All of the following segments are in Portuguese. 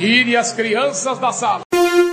Tire as crianças da sala.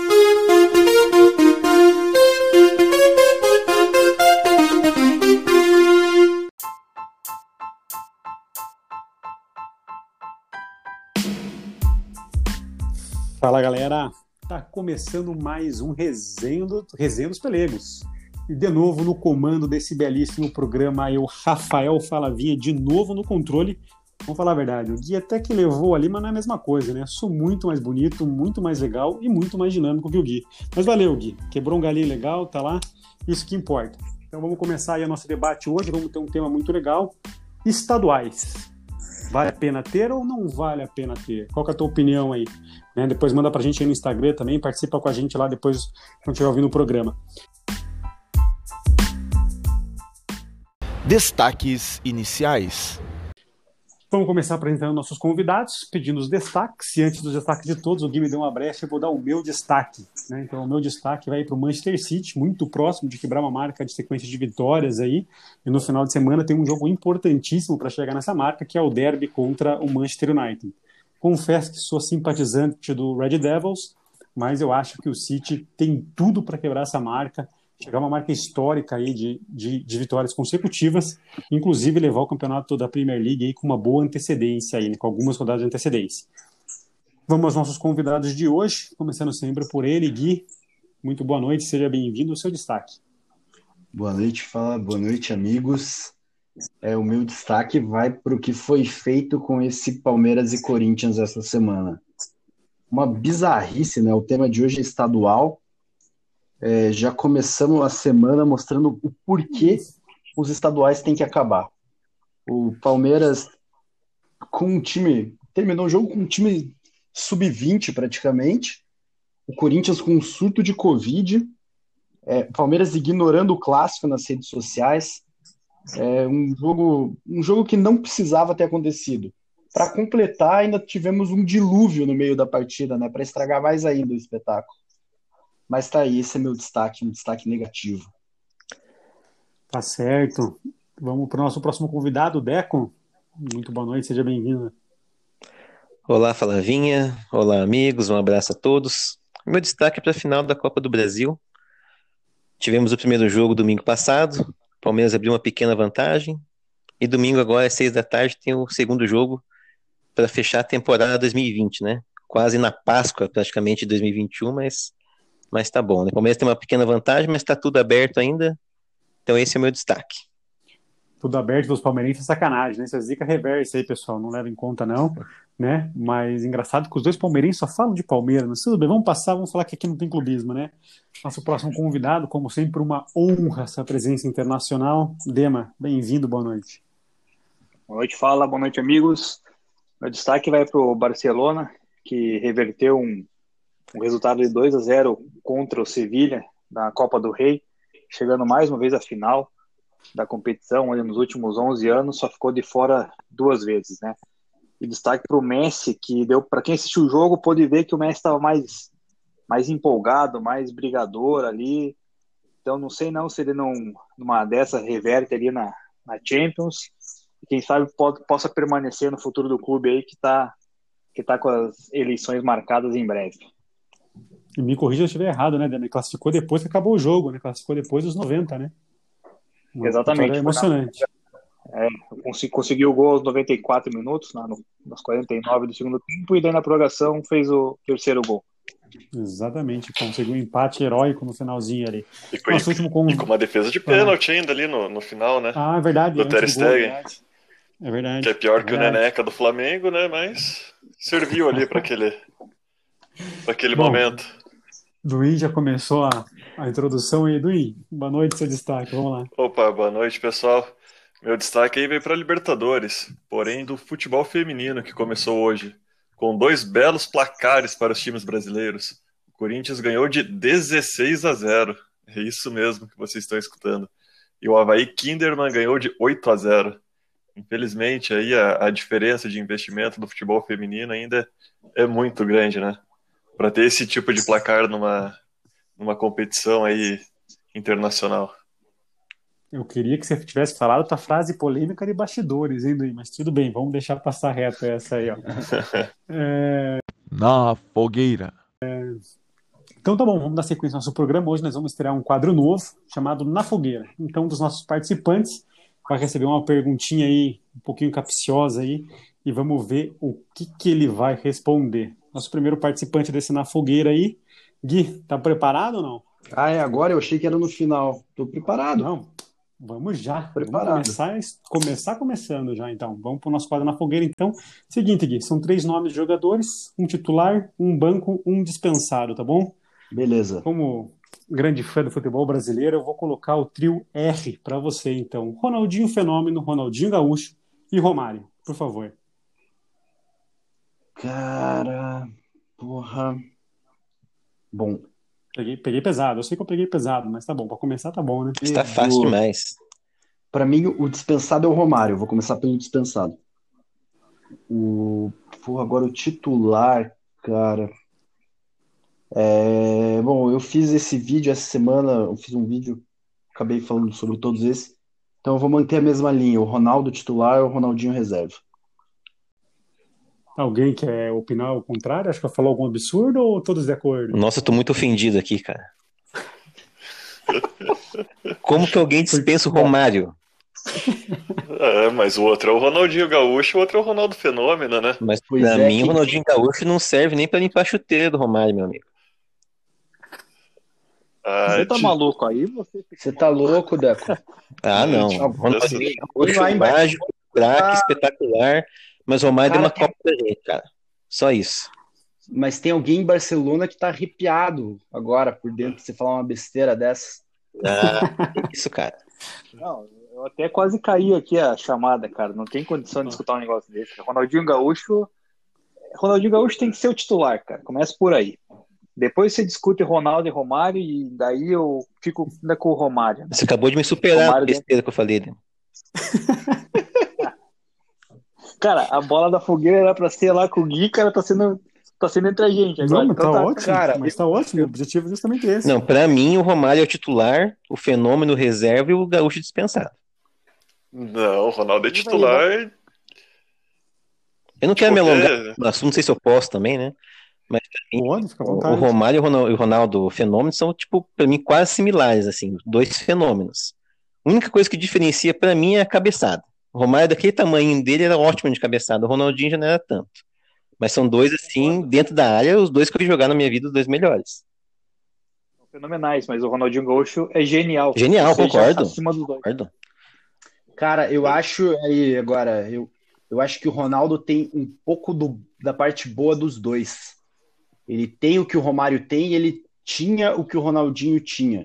Fala, galera, tá começando mais um Resenha dos Pelegos. E de novo no comando desse belíssimo programa, eu, Rafael Falavinha, de novo no controle. Vamos falar a verdade, o Gui até que levou ali, mas não é a mesma coisa, né? Sou muito mais bonito, muito mais legal e muito mais dinâmico que o Gui. Mas valeu, Gui, quebrou um galinho legal, tá lá, isso que importa. Então vamos começar aí o nosso debate hoje, vamos ter um tema muito legal, estaduais. Vale a pena ter ou não vale a pena ter? Qual que é a tua opinião aí? Né? Depois manda pra gente aí no Instagram também, participa com a gente lá depois quando estiver ouvindo o programa. Destaques iniciais. Vamos começar apresentando nossos convidados, pedindo os destaques. E antes dos destaques de todos, o Gui me deu uma brecha, eu vou dar o meu destaque. Né? Então, o meu destaque vai para o Manchester City, muito próximo de quebrar uma marca de sequência de vitórias aí. E no final de semana tem um jogo importantíssimo para chegar nessa marca, que é o derby contra o Manchester United. Confesso que sou simpatizante do Red Devils, mas eu acho que o City tem tudo para quebrar essa marca, chegar a uma marca histórica aí de vitórias consecutivas, inclusive levar o campeonato da Premier League aí com uma boa antecedência, aí, né, com algumas rodadas de antecedência. Vamos aos nossos convidados de hoje, começando sempre por ele, Gui. Muito boa noite, seja bem-vindo, o seu destaque. Boa noite, boa noite, amigos. O meu destaque vai para o que foi feito com esse Palmeiras e Corinthians essa semana. Uma bizarrice, né? O tema de hoje é estadual. Já começamos a semana mostrando o porquê os estaduais têm que acabar. O Palmeiras terminou o jogo com um time sub-20 praticamente, o Corinthians com um surto de Covid, o Palmeiras ignorando o clássico nas redes sociais, um jogo que não precisava ter acontecido. Para completar, ainda tivemos um dilúvio no meio da partida, né, para estragar mais ainda o espetáculo. Mas tá aí, esse é meu destaque, um destaque negativo. Tá certo. Vamos para o nosso próximo convidado, Deco. Muito boa noite, seja bem-vindo. Olá, Falavinha. Olá, amigos. Um abraço a todos. Meu destaque é para a final da Copa do Brasil. Tivemos o primeiro jogo domingo passado. O Palmeiras abriu uma pequena vantagem. E domingo agora, às 6 da tarde, tem o segundo jogo para fechar a temporada 2020, né? Quase na Páscoa, praticamente, de 2021, mas tá bom, né? O Palmeiras tem uma pequena vantagem, mas tá tudo aberto ainda. Então esse é o meu destaque. Tudo aberto dos palmeirenses é sacanagem, né? Isso é zica reversa aí, pessoal. Não leva em conta, não. Né? Mas engraçado que os dois palmeirenses só falam de Palmeiras. Mas tudo bem, vamos passar, vamos falar que aqui não tem clubismo, né? Nosso próximo convidado, como sempre, uma honra essa presença internacional. Dema, bem-vindo, boa noite. Boa noite, Fala, boa noite, amigos. Meu destaque vai para o Barcelona, que reverteu um resultado de 2-0 contra o Sevilla na Copa do Rei, chegando mais uma vez à final da competição, onde nos últimos 11 anos só ficou de fora 2 vezes, né? E destaque para o Messi, que deu, para quem assistiu o jogo, pôde ver que o Messi estava mais empolgado, mais brigador ali. Então não sei não se ele numa dessa reverte ali na Champions, e quem sabe possa permanecer no futuro do clube aí que tá com as eleições marcadas em breve. E me corrija se eu estiver errado, né, Dema? Classificou depois que acabou o jogo, né? Classificou depois dos 90, né? Exatamente. Emocionante. Conseguiu o gol aos 94 minutos, nos 49 do segundo tempo, e daí na prorrogação fez o terceiro gol. Exatamente, conseguiu um empate heróico no finalzinho ali. E com uma defesa de pênalti ainda ali no final, né? Ah, é verdade. Do Ter Stegen. É verdade. Que é pior que o Neneca do Flamengo, né? Mas serviu ali para aquele momento. Duim já começou a introdução aí. Duim, boa noite, seu destaque, vamos lá. Opa, boa noite, pessoal. Meu destaque aí veio para Libertadores, porém do futebol feminino que começou hoje, com 2 belos placares para os times brasileiros. O Corinthians ganhou de 16-0, é isso mesmo que vocês estão escutando. E o Avaí Kinderman ganhou de 8-0. Infelizmente, aí a diferença de investimento do futebol feminino ainda é muito grande, né? Para ter esse tipo de placar numa competição aí internacional. Eu queria que você tivesse falado tua frase polêmica de bastidores, hein, Duí? Mas tudo bem, vamos deixar passar reto essa aí, ó. Na fogueira. Então tá bom, vamos dar sequência ao nosso programa. Hoje nós vamos estrear um quadro novo chamado Na Fogueira. Então, dos nossos participantes, vai receber uma perguntinha aí, um pouquinho capciosa aí, e vamos ver o que ele vai responder. Nosso primeiro participante desse Na Fogueira aí, Gui, tá preparado ou não? Ah, é agora? Eu achei que era no final. Tô preparado. Não, vamos já. Preparado. Vamos começar começando já, então. Vamos pro nosso quadro Na Fogueira, então. Seguinte, Gui, são 3 nomes de jogadores, um titular, um banco, um dispensado, tá bom? Beleza. Como grande fã do futebol brasileiro, eu vou colocar o trio R para você, então. Ronaldinho Fenômeno, Ronaldinho Gaúcho e Romário, por favor. Cara, porra. Bom, Peguei pesado, eu sei que eu peguei pesado, mas tá bom, para começar tá bom, né? Está fácil demais. Pra mim, o dispensado é o Romário. Eu vou começar pelo dispensado. Agora o titular, cara. Bom, eu fiz esse vídeo essa semana. Eu fiz um vídeo, acabei falando sobre todos esses. Então eu vou manter a mesma linha. O Ronaldo titular, o Ronaldinho reserva. Alguém quer opinar o contrário? Acho que eu falou algum absurdo ou todos de acordo? Nossa, eu tô muito ofendido aqui, cara. Como que alguém dispensa o Romário? Mas o outro é o Ronaldinho Gaúcho, o outro é o Ronaldo Fenômeno, né? Mas Pois pra é, mim, o Ronaldinho Gaúcho não serve nem pra limpar a chuteira do Romário, meu amigo. Você tá maluco aí? Você tá louco, Deco? Ah, não. Eu Ronaldinho Põe lá Gaúcho, embaixo. mágico, craque, espetacular. Mas o Romário deu Cara, uma Copa pra gente, cara. Só isso. Mas tem alguém em Barcelona que tá arrepiado agora por dentro. Você falar uma besteira dessa. Ah, que isso, cara. Não, eu até quase caí aqui a chamada, cara. Não tem condição de escutar um negócio desse. Ronaldinho Gaúcho tem que ser o titular, cara. Começa por aí. Depois você discute Ronaldo e Romário e daí eu fico ainda com o Romário. Você acabou de me superar Romário a besteira que eu falei, né? Cara, a bola da fogueira era pra ser lá com o Gui, cara, tá sendo entre a gente agora. Não, mas Então tá ótimo, cara, mas tá ótimo. O objetivo é justamente esse. Não, pra mim, o Romário é o titular, o Fenômeno reserva e o Gaúcho dispensado. Não, o Ronaldo é titular. Eu não quero me alongar Qualquer- no assunto, não sei se eu posso também, né? Mas pra mim, Pode, fica à o vontade. Romário e o Ronaldo Fenômeno são, tipo, pra mim, quase similares, assim, dois fenômenos. A única coisa que diferencia pra mim é a cabeçada. O Romário, daquele tamanho dele, era ótimo de cabeçada. O Ronaldinho já não era tanto. Mas são dois, assim, dentro da área, os dois que eu vi jogar na minha vida, os dois melhores. fenomenais, mas o Ronaldinho Gaúcho é genial. Genial, Ou seja, concordo. acima dos dois. Concordo. Cara, eu acho aí agora, eu acho que o Ronaldo tem um pouco da parte boa dos dois. Ele tem o que o Romário tem e ele tinha o que o Ronaldinho tinha.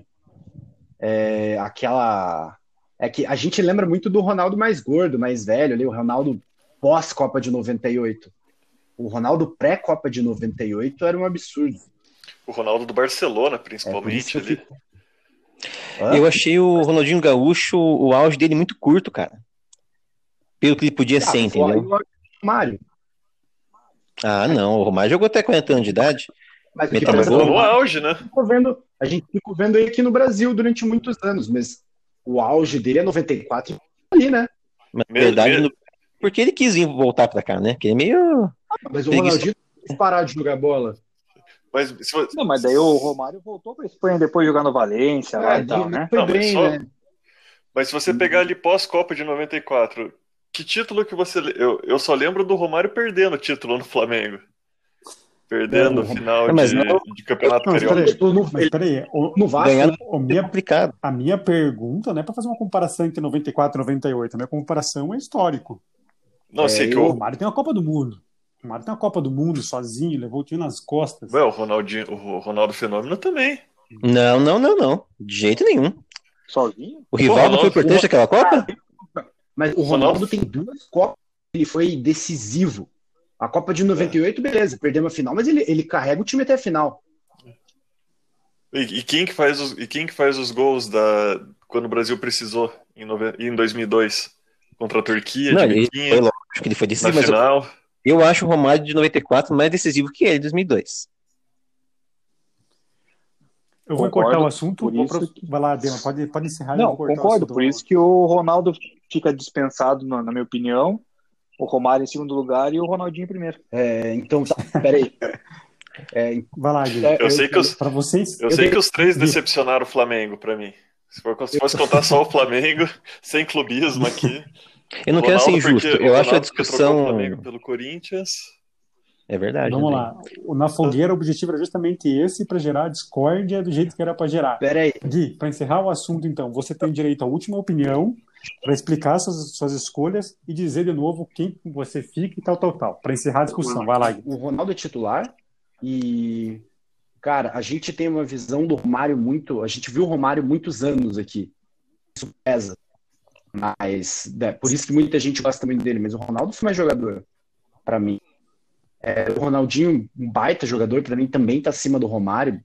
É que a gente lembra muito do Ronaldo mais gordo, mais velho, ali, o Ronaldo pós-Copa de 98. O Ronaldo pré-Copa de 98 era um absurdo. O Ronaldo do Barcelona, Por principalmente, isso ali. que... Hã? Eu achei o Ronaldinho Gaúcho, o auge dele muito curto, cara. Pelo que ele podia ser, entendeu? O Romário. Ah, não, o Romário jogou até 40 anos de idade. Mas o que Metendo passa gol. No auge, né? a gente ficou vendo ele aqui no Brasil durante muitos anos, mas o auge dele é 94 ali, né? Mas na Mesmo- verdade, mesmo- porque ele quis vir voltar pra cá, né? Porque ele é meio. Mas o Preguiça. Ronaldinho não quis parar de jogar bola. Mas se você- Não, mas daí o Romário voltou pra Espanha depois de jogar no Valência lá e tal, né? Foi Não, mas bem, só- né? Mas se você pegar ali pós-Copa de 94, que título que você. Eu só lembro do Romário perdendo o título no Flamengo. Perdendo o final Mas de, não- de Campeonato Não, mas Carioca. peraí, mas peraí, No Vasco, Ganhar né? a é minha, complicado. a minha pergunta não é para fazer uma comparação entre 94 e 98, a minha comparação é histórico. Não, sei que O o. Romário tem uma Copa do Mundo. O Romário tem uma Copa do Mundo sozinho, levou o time nas costas. Ué, o Ronaldo Fenômeno também. Não. De jeito nenhum. Sozinho? O Rivaldo Ronaldo- foi importante naquela Copa? Mas o Ronaldo tem 2 Copas, ele foi decisivo. A Copa de 98, beleza, perdemos a final, mas ele carrega o time até a final. E quem que faz os gols quando o Brasil precisou em 2002 contra a Turquia, Não, de ele biquinho, foi lógico que ele foi na decisivo, mas final? eu acho o Romário de 94 mais decisivo que ele de 2002. Eu vou cortar o assunto. Por isso Vai lá, Dema, pode encerrar. Não, concordo. Por isso que o Ronaldo fica dispensado, na minha opinião. O Romário em segundo lugar e o Ronaldinho em primeiro. Então, peraí. Vai lá, Gui. Eu sei que para vocês. Eu sei que os três decepcionaram o Flamengo para mim. Se fosse contar só o Flamengo, sem clubismo aqui. Eu não quero ser injusto. Eu acho a discussão. O Flamengo pelo Corinthians. É verdade. Vamos lá. Na fogueira, o objetivo era justamente esse, para gerar discórdia do jeito que era para gerar. Peraí. Gui, para encerrar o assunto, então, você tem direito à última opinião, para explicar suas escolhas e dizer de novo quem você fica e tal. Para encerrar a discussão. Vai lá, Gui. O Ronaldo é titular e, cara, a gente tem uma visão do Romário muito... A gente viu o Romário muitos anos aqui. Isso pesa. Mas, por isso que muita gente gosta muito dele. Mas o Ronaldo foi mais jogador, para mim. O Ronaldinho, um baita jogador, para mim também está acima do Romário.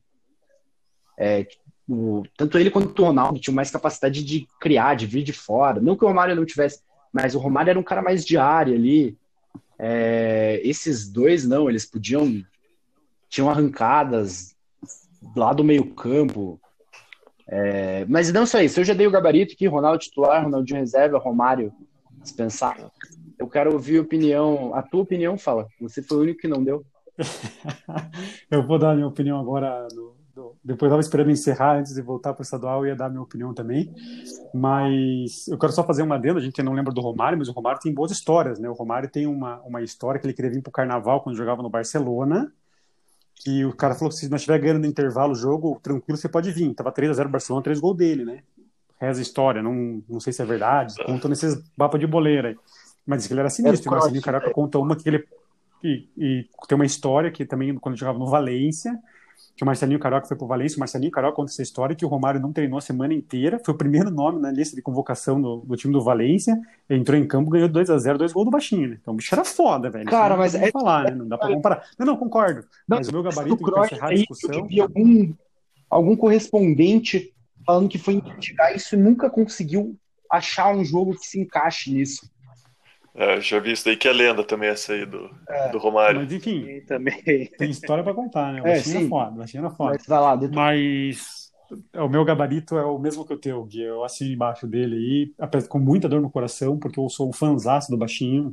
Tanto ele quanto o Ronaldo tinham mais capacidade de criar, de vir de fora. Não que o Romário não tivesse, mas o Romário era um cara mais de área ali. Esses dois não, eles tinham arrancadas lá do meio campo. Mas não só isso, eu já dei o gabarito aqui, Ronaldo titular, Ronaldinho reserva, Romário dispensado. Eu quero ouvir a tua opinião, fala. Você foi o único que não deu. Eu vou dar a minha opinião agora. Depois eu estava esperando encerrar antes de voltar para o estadual, eu ia dar a minha opinião também. Mas eu quero só fazer uma adenda. A gente não lembra do Romário, mas o Romário tem boas histórias, né? O Romário tem uma história que ele queria vir para o Carnaval quando jogava no Barcelona. Que o cara falou que se não estiver ganhando no intervalo o jogo, tranquilo, você pode vir. Tava 3-0 Barcelona, 3 gols dele, né? Reza a história, não sei se é verdade, conta nesses papas de boleira aí. Mas diz que ele era sinistro. O Marcelinho Carioca conta uma que ele... E tem uma história que também, quando ele jogava no Valência, que o Marcelinho Carioca foi pro Valência, o Marcelinho Carioca conta essa história que o Romário não treinou a semana inteira, foi o primeiro nome na lista de convocação do time do Valência, entrou em campo, ganhou 2-0, 2 gols do Baixinho, né? Então o bicho era foda, velho. Cara, mas falar, né? Não dá pra comparar. Não, concordo. Mas o meu gabarito, para encerrar a discussão... Eu vi algum correspondente falando que foi investigar isso e nunca conseguiu achar um jogo que se encaixe nisso. Já vi isso daí, que é lenda também, essa aí do Romário. Mas enfim, também tem história pra contar, né? O Baixinho é foda. Mas vai lá, Mas o meu gabarito é o mesmo que o teu, Gui. Eu assino embaixo dele aí, com muita dor no coração, porque eu sou um fãzaço do Baixinho,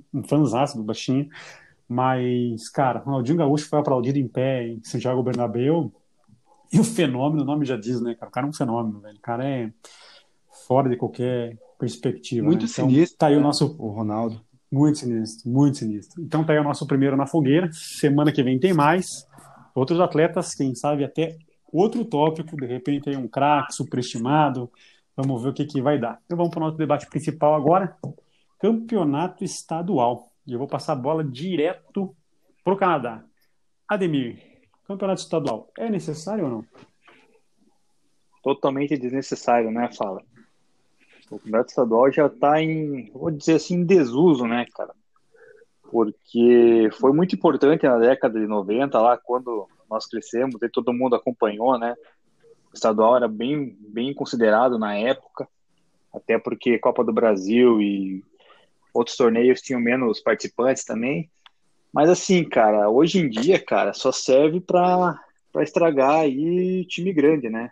Mas, cara, Ronaldinho Gaúcho foi aplaudido em pé em Santiago Bernabéu. E o fenômeno, o nome já diz, né, cara? O cara é um fenômeno, velho. O cara é fora de qualquer perspectiva. Muito, né? Então, sinistro. Tá aí o Ronaldo. Muito sinistro, muito sinistro. Então tá aí o nosso primeiro na fogueira. Semana que vem tem mais. Outros atletas, quem sabe até outro tópico, de repente aí um craque superestimado. Vamos ver o que vai dar. Então vamos para o nosso debate principal agora. Campeonato estadual. E eu vou passar a bola direto pro Canadá. Ademir, campeonato estadual é necessário ou não? Totalmente desnecessário, né, Fala? O campeonato estadual já está vou dizer assim, em desuso, né, cara? Porque foi muito importante na década de 90, lá quando nós crescemos, e todo mundo acompanhou, né? O estadual era bem, bem considerado na época, até porque Copa do Brasil e outros torneios tinham menos participantes também. Mas assim, cara, hoje em dia, cara, só serve para estragar aí time grande, né?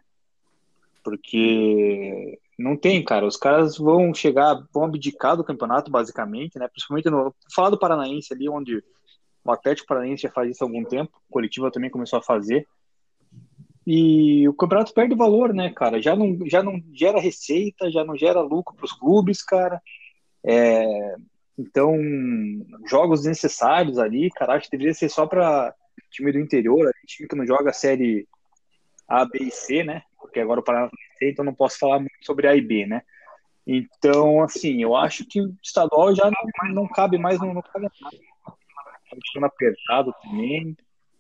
Porque não tem, cara. Os caras vão abdicar do campeonato, basicamente, né? Principalmente falar do Paranaense ali, onde o Atlético Paranaense já faz isso há algum tempo. O Curitiba também começou a fazer. E o campeonato perde valor, né, cara? Já não gera receita, já não gera lucro para os clubes, cara. Então, jogos desnecessários ali, cara, acho que deveria ser só para time do interior, time que não joga a série A, B e C, né? Porque agora o Paraná tá C, então não posso falar muito sobre A e B, né? Então, assim, eu acho que o estadual já não cabe mais no calendário. Tá ficando apertado também.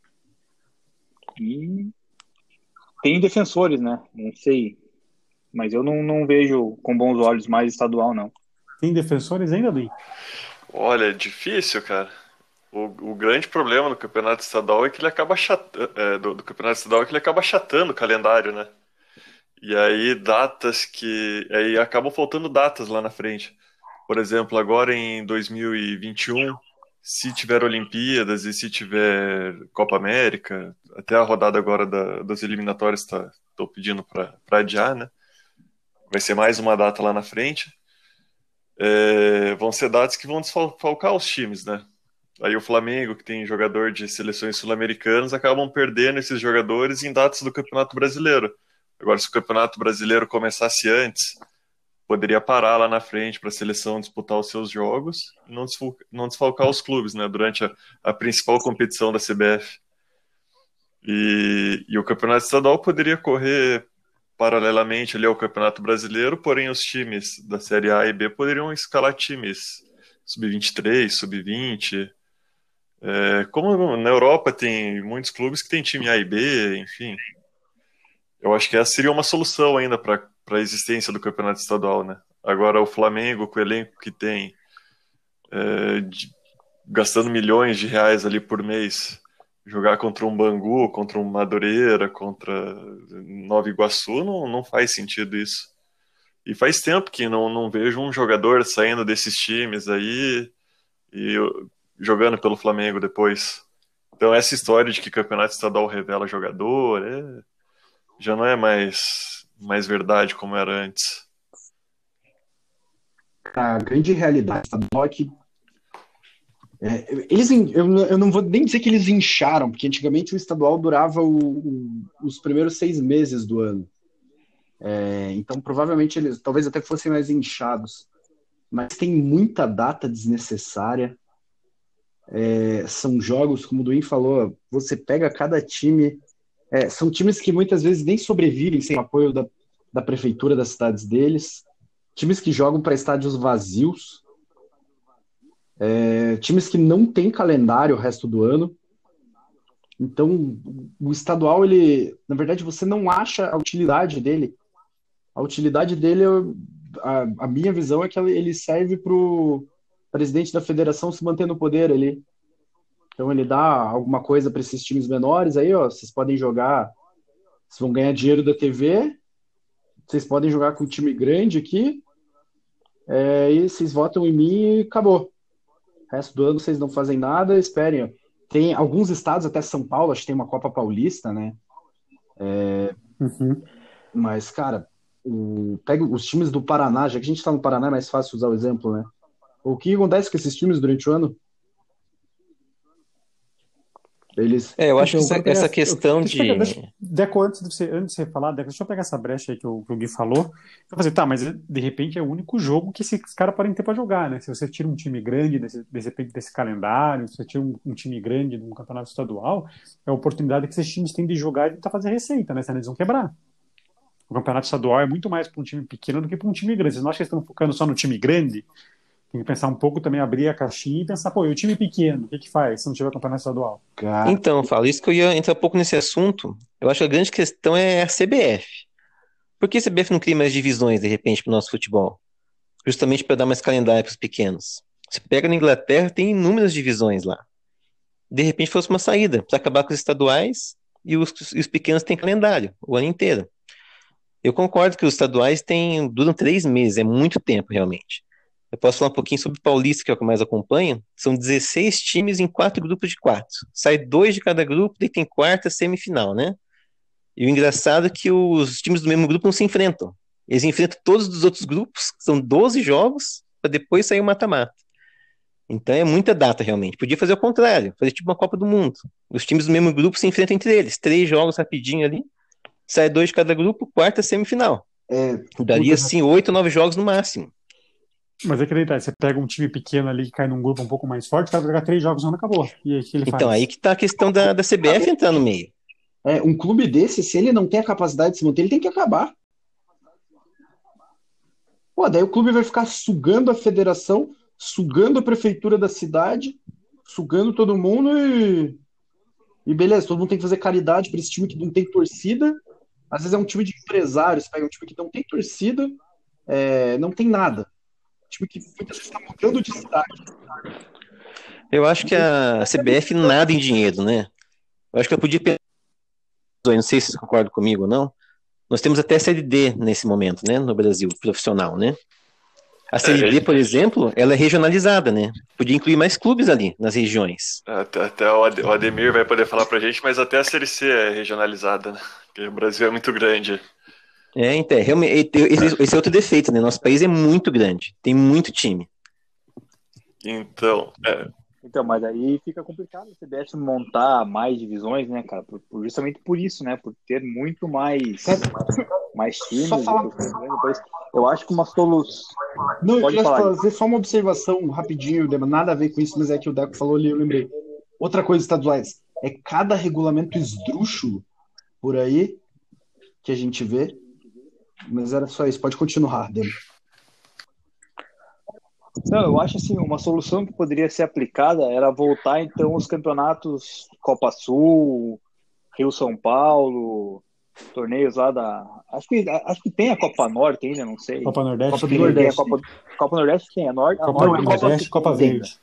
E tem defensores, né? Não sei. Mas eu não vejo com bons olhos mais estadual, não. Tem defensores ainda, Luiz? Olha, é difícil, cara. O grande problema do campeonato estadual é que ele acaba do campeonato estadual é que ele acaba achatando o calendário, né? E aí aí acabam faltando datas lá na frente. Por exemplo, agora em 2021, se tiver Olimpíadas e se tiver Copa América, até a rodada agora dos eliminatórios estou pedindo para adiar, né? Vai ser mais uma data lá na frente. Vão ser datas que vão desfalcar os times, né? Aí o Flamengo, que tem jogador de seleções sul-americanas, acabam perdendo esses jogadores em datas do Campeonato Brasileiro. Agora, se o Campeonato Brasileiro começasse antes, poderia parar lá na frente para a seleção disputar os seus jogos e não desfalcar os clubes, né? Durante a principal competição da CBF. E o Campeonato Estadual poderia correr paralelamente ali ao Campeonato Brasileiro, porém os times da Série A e B poderiam escalar times sub-23, sub-20. Como na Europa tem muitos clubes que tem time A e B, enfim. Eu acho que essa seria uma solução ainda para a existência do Campeonato Estadual, né? Agora o Flamengo, com o elenco que tem, gastando milhões de reais ali por mês, jogar contra um Bangu, contra um Madureira, contra Nova Iguaçu, não faz sentido isso. E faz tempo que não vejo um jogador saindo desses times aí e jogando pelo Flamengo depois. Então essa história de que campeonato estadual revela jogador já não é mais verdade como era antes. A grande realidade estadual é que eu não vou nem dizer que eles incharam, porque antigamente o estadual durava os primeiros 6 meses do ano. Então provavelmente eles talvez até fossem mais inchados. Mas tem muita data desnecessária. São jogos, como o Duim falou, você pega cada time. São times que muitas vezes nem sobrevivem sem o apoio da prefeitura das cidades deles. Times que jogam para estádios vazios. Times que não têm calendário o resto do ano. Então, o estadual, na verdade, você não acha a utilidade dele. A utilidade dele, a minha visão é que ele serve para o presidente da federação se manter no poder ali. Então, ele dá alguma coisa para esses times menores. Aí, ó, vocês podem jogar, vocês vão ganhar dinheiro da TV, vocês podem jogar com um time grande aqui, e vocês votam em mim e acabou. O resto do ano vocês não fazem nada, esperem. Ó. Tem alguns estados, até São Paulo, acho que tem uma Copa Paulista, né? Mas, cara, pega os times do Paraná, já que a gente está no Paraná, é mais fácil usar o exemplo, né? O que acontece com esses times durante o ano? Eu acho que essa questão Deco, antes de você falar, Deco, deixa eu pegar essa brecha aí que o Gui falou. Eu falei, tá, mas de repente é o único jogo que esses caras podem ter para jogar, né? Se você tira um time grande desse calendário, se você tira um time grande de um campeonato estadual, é a oportunidade que esses times têm de jogar e tentar fazer receita, né? Senão eles vão quebrar. O campeonato estadual é muito mais para um time pequeno do que para um time grande. Vocês não acham que eles estão focando só no time grande? Tem que pensar um pouco também, abrir a caixinha e pensar, e o time pequeno, o que faz se não tiver campeonato estadual? Então, Falo, isso que eu ia entrar um pouco nesse assunto. Eu acho que a grande questão é a CBF. Por que a CBF não cria mais divisões, de repente, para o nosso futebol? Justamente para dar mais calendário para os pequenos. Você pega na Inglaterra, tem inúmeras divisões lá. De repente fosse uma saída, para acabar com os estaduais e os pequenos têm calendário o ano inteiro. Eu concordo que os estaduais duram 3 meses, é muito tempo realmente. Eu posso falar um pouquinho sobre o Paulista, que é o que eu mais acompanho. São 16 times em 4 grupos de 4. Sai 2 de cada grupo, daí tem quarta, semifinal, né? E o engraçado é que os times do mesmo grupo não se enfrentam. Eles enfrentam todos os outros grupos, que são 12 jogos, para depois sair o mata-mata. Então é muita data, realmente. Podia fazer o contrário, fazer tipo uma Copa do Mundo. Os times do mesmo grupo se enfrentam entre eles. 3 jogos rapidinho ali, sai 2 de cada grupo, quarta, semifinal. Daria, assim, 8, 9 jogos no máximo. Mas é que daí, você pega um time pequeno ali que cai num grupo um pouco mais forte, vai jogar 3 jogos e não acabou. E aí, o que ele faz? Então, aí que tá a questão da CBF entrar no meio. Um clube desse, se ele não tem a capacidade de se manter, ele tem que acabar. Daí o clube vai ficar sugando a federação, sugando a prefeitura da cidade, sugando todo mundo e beleza, todo mundo tem que fazer caridade para esse time que não tem torcida. Às vezes é um time de empresários, pega um time que não tem torcida, não tem nada. Time que muitas vezes está mudando de cidade. Eu acho que a CBF nada em dinheiro, né? Eu acho que eu podia pensar, não sei se vocês concordam comigo ou não, nós temos até a Série D nesse momento, né, no Brasil, profissional, né? A Série B, por exemplo, ela é regionalizada, né? Podia incluir mais clubes ali, nas regiões. Até o Ademir vai poder falar pra gente, mas até a Série C é regionalizada, né? Porque o Brasil é muito grande. Então, realmente, esse é outro defeito, né? Nosso país é muito grande, tem muito time. Então, mas aí fica complicado se CBF montar mais divisões, né, cara? Justamente por isso, né? Por ter muito mais times. Eu acho que uma solução... Não, eu queria fazer só uma observação rapidinho, nada a ver com isso, mas é que o Deco falou ali, eu lembrei. Outra coisa, estaduais, é cada regulamento esdrúxulo por aí que a gente vê, mas era só isso, pode continuar, Demo. Não, eu acho assim, uma solução que poderia ser aplicada era voltar então os campeonatos Copa Sul, Rio-São Paulo, torneios lá da... Acho que tem a Copa Norte ainda, não sei. Copa Nordeste. Copa do Nordeste. Copa Nordeste tem a Norte. Copa Nordeste, Copa Verde.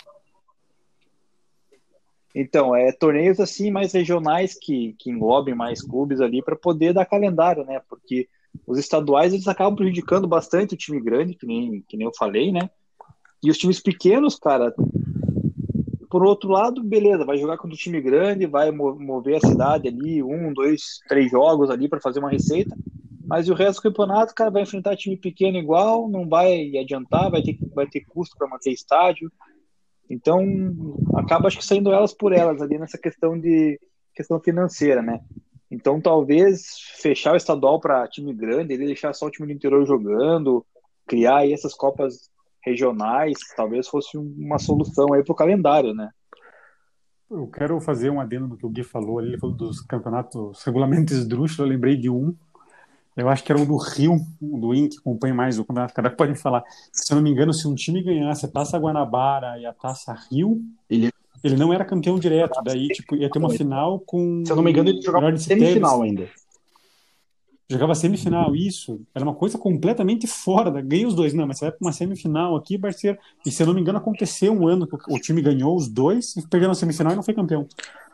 Então, torneios assim mais regionais que englobem mais clubes ali para poder dar calendário, né? Porque os estaduais eles acabam prejudicando bastante o time grande, que nem eu falei, né? E os times pequenos, cara, por outro lado, beleza, vai jogar contra o time grande, vai mover a cidade ali, 1, 2, 3 jogos ali para fazer uma receita, mas o resto do campeonato, cara, vai enfrentar time pequeno igual, não vai adiantar, vai ter custo para manter estádio. Então, acaba acho que saindo elas por elas ali nessa questão financeira, né? Então, talvez fechar o estadual para time grande, ele deixar só o time do interior jogando, criar aí essas copas regionais, talvez fosse uma solução aí para o calendário, né? Eu quero fazer um adendo no que o Gui falou. Ele falou dos campeonatos, regulamentos esdrúxulos. Eu lembrei de um. Eu acho que era o do Rio, do IN, que acompanha mais o campeonato. Cada pode falar. Se eu não me engano, se um time ganhasse a Taça Guanabara e a Taça Rio, ele não era campeão direto. Daí, tipo, ia ter uma final com... Se eu não me engano, ele jogava semifinal ainda. Jogava semifinal, isso. Era uma coisa completamente fora. Ganhei os dois. Não, mas você vai para uma semifinal aqui, parceiro. E se eu não me engano, aconteceu um ano que o time ganhou os dois e perdeu na semifinal e não foi campeão.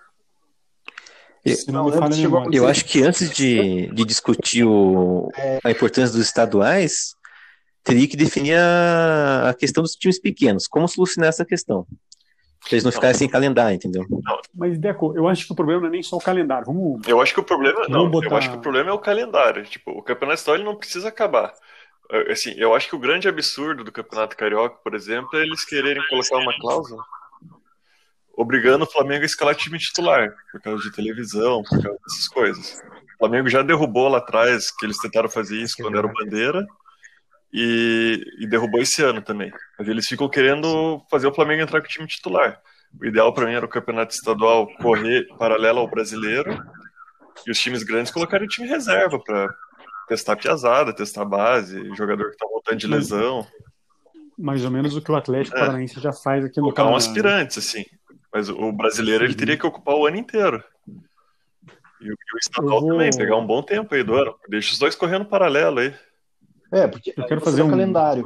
Eu acho que antes de discutir a importância dos estaduais, teria que definir a questão dos times pequenos. Como solucionar essa questão? Pra eles não ficarem sem calendário, entendeu? Mas, Deco, eu acho que o problema não é nem só o calendário. Eu acho que o problema eu acho que o problema é o calendário. Tipo, o campeonato estadual não precisa acabar. Assim, eu acho que o grande absurdo do campeonato carioca, por exemplo, é eles quererem colocar uma cláusula obrigando o Flamengo a escalar time titular, por causa de televisão, por causa dessas coisas. O Flamengo já derrubou lá atrás, que eles tentaram fazer isso quando era o Bandeira, e derrubou esse ano também. Mas eles ficam querendo fazer o Flamengo entrar com o time titular. O ideal para mim era o campeonato estadual correr paralelo ao brasileiro e os times grandes colocarem o time reserva para testar piazada, testar base, jogador que está voltando de lesão. Mais ou menos o que o Atlético Paranaense já faz aqui no colocar um aspirantes, assim. Mas o brasileiro ele teria que ocupar o ano inteiro. E o estadual também, pegar um bom tempo aí do ano. Deixa os dois correndo paralelo aí. Porque eu quero fazer um calendário.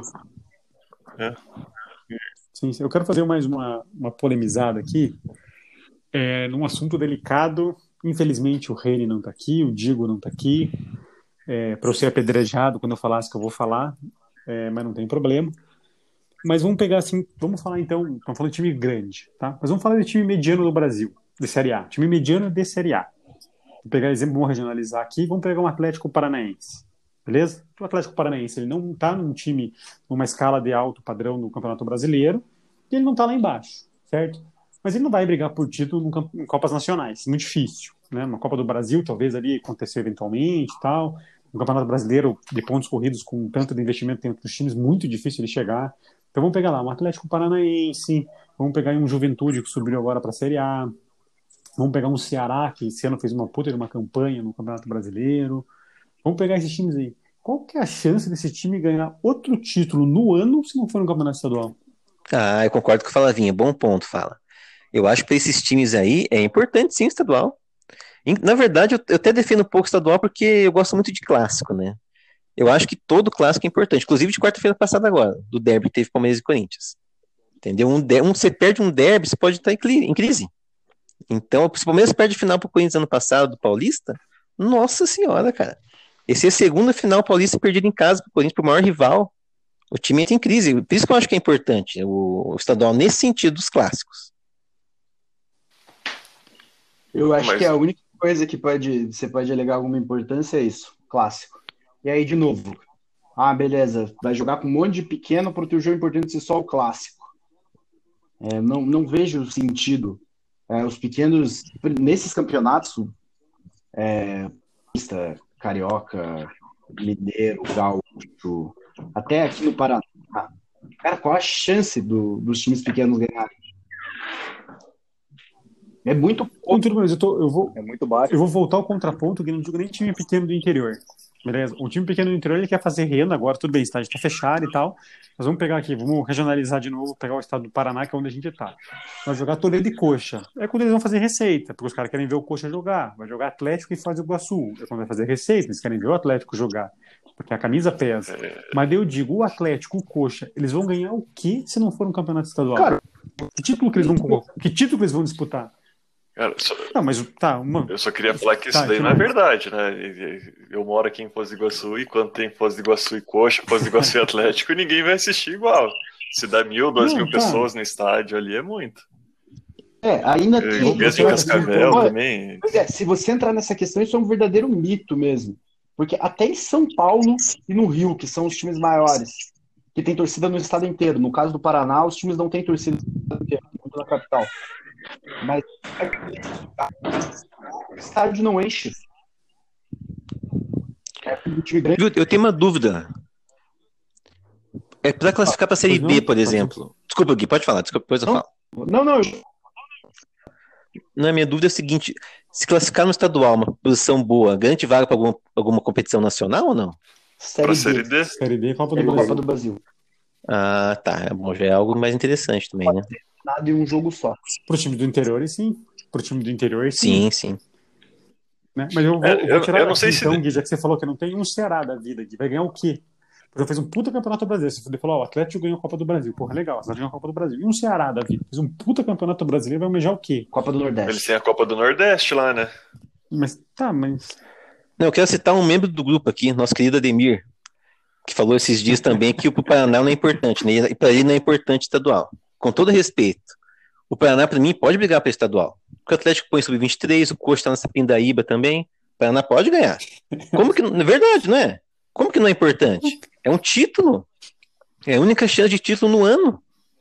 Sim, eu quero fazer mais uma polemizada aqui num assunto delicado. Infelizmente o Reni não está aqui, o Diego não está aqui, para eu ser apedrejado quando eu falasse que eu vou falar, mas não tem problema. Mas vamos pegar assim, vamos falar então, estamos falando de time grande, tá? Mas vamos falar de time mediano do Brasil, de Série A, time mediano de Série A. Vou pegar exemplo, vamos regionalizar aqui, vamos pegar um Atlético Paranaense. Beleza? O Atlético Paranaense ele não está num time, numa escala de alto padrão no Campeonato Brasileiro, e ele não está lá embaixo, certo? Mas ele não vai brigar por título em Copas Nacionais, muito difícil, né? Uma Copa do Brasil talvez ali acontecer eventualmente e tal, no Campeonato Brasileiro de pontos corridos com tanto de investimento dentro dos times, muito difícil ele chegar. Então vamos pegar lá um Atlético Paranaense, vamos pegar um Juventude que subiu agora para a Série A, vamos pegar um Ceará que esse ano fez uma puta de uma campanha no Campeonato Brasileiro. Vamos pegar esses times aí. Qual que é a chance desse time ganhar outro título no ano se não for no Campeonato Estadual? Eu concordo com o Falavinha. Bom ponto, Fala. Eu acho que para esses times aí é importante sim o estadual. Na verdade, eu até defendo um pouco o estadual porque eu gosto muito de clássico, né? Eu acho que todo clássico é importante. Inclusive de quarta-feira passada agora, do derby que teve Palmeiras e Corinthians. Entendeu? Você perde um derby, você pode estar em crise. Então, se o Palmeiras perde final pro Corinthians ano passado, do Paulista, nossa senhora, cara. Essa é a segunda final paulista perdida em casa pro Corinthians, pro maior rival. O time entra em crise. Por isso que eu acho que é importante o estadual nesse sentido dos clássicos. Eu acho Mas- que a única coisa que você pode alegar alguma importância é isso, clássico. E aí, de novo, beleza, vai jogar com um monte de pequeno para o teu jogo importante ser só o clássico. Não vejo sentido. Os pequenos, nesses campeonatos, carioca, mineiro, gaúcho, até aqui no Paraná, cara, qual a chance dos times pequenos ganharem? É muito pouco. Tudo bem, mas É muito baixo. eu vou voltar ao contraponto que não digo nem time pequeno do interior. Beleza? Um time pequeno do interior ele quer fazer renda agora, tudo bem, a gente tá fechado e tal. Mas vamos pegar aqui, vamos regionalizar de novo, pegar o estado do Paraná, que é onde a gente tá. Vai jogar Toledo e Coxa. É quando eles vão fazer receita, porque os caras querem ver o Coxa jogar. Vai jogar Atlético e Foz do Iguaçu. É quando vai fazer receita, eles querem ver o Atlético jogar. Porque a camisa pesa. Mas daí eu digo, o Atlético, o Coxa, eles vão ganhar o quê se não for um campeonato estadual? Cara, que título que eles vão disputar? Cara, Não, mas eu só queria falar que isso Tá, daí que não é mais? verdade, né? Eu moro aqui em Foz do Iguaçu e quando tem Foz do Iguaçu e Coxa, Foz do Iguaçu e Atlético, ninguém vai assistir igual. Se dá 1.000, 2.000 Não, tá. pessoas no estádio ali, é muito. ainda O tem. mesmo em Cascavel também. Pois é, se você entrar nessa questão, isso é um verdadeiro mito mesmo. Porque até em São Paulo e no Rio, que são os times maiores, que tem torcida no estado inteiro. No caso do Paraná, os times não têm torcida no estado inteiro, muito na capital. Mas o estádio não enche. Um time grande. Viu? Eu tenho uma dúvida. Para classificar para a Série Pois não? B, por exemplo. Desculpa, Gui, pode falar, depois eu falo. Não. Não, a minha dúvida é a seguinte: se classificar no estadual uma posição boa, garante vaga para alguma competição nacional ou não? Pra Série Série B. D, Série D, Copa do Série Brasil. Copa do Brasil. Ah, tá. É bom, já é algo mais interessante também, né? Nada em um jogo só. Pro time do interior, sim. Pro time do interior, sim. Sim. Né? Mas eu vou eu tirar não daqui, sei se- então, Gui, já que você falou que não tem um Ceará da vida aqui. Vai ganhar o quê? Porque fez um puta campeonato brasileiro. Você falou, o Atlético ganhou a Copa do Brasil. Porra, legal, você vai ganhar a Copa do Brasil. E um Ceará da vida? Fez um puta campeonato brasileiro, vai almejar o quê? Copa do eles Nordeste. têm a Copa do Nordeste lá, né? Mas. Não, eu quero citar um membro do grupo aqui, nosso querido Ademir, que falou esses dias também que o Paraná não é importante, né? E para ele não é importante estadual. Com todo respeito, o Paraná, para mim, pode brigar para estadual. Porque o Atlético põe sub-23, o Coxa está nessa pindaíba também. O Paraná pode ganhar. Como que. É verdade, não é? Como que não é importante? É um título. É a única chance de título no ano.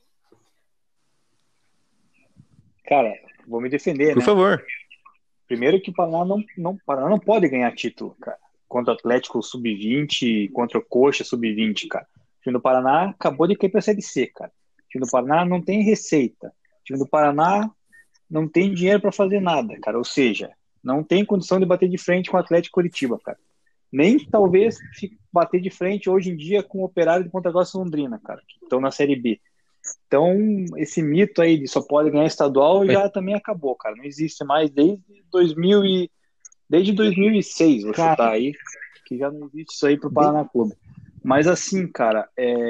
Cara, vou me defender, Por né? favor. Primeiro que o Paraná Paraná não pode ganhar título, cara. Contra o Atlético Sub-20, contra o Coxa Sub-20, cara. O time do Paraná acabou de cair pra Série C, cara. O time do Paraná não tem receita. O time do Paraná não tem dinheiro pra fazer nada, cara. Ou seja, não tem condição de bater de frente com o Atlético Curitiba, cara. Nem talvez bater de frente hoje em dia com o Operário de Ponta Grossa e Londrina, cara, que estão na Série B. Então, esse mito aí de só pode ganhar estadual já também acabou, cara. Não existe mais desde 2006, vou chutar aí, que já não existe isso aí pro Paraná Clube. Mas assim, cara,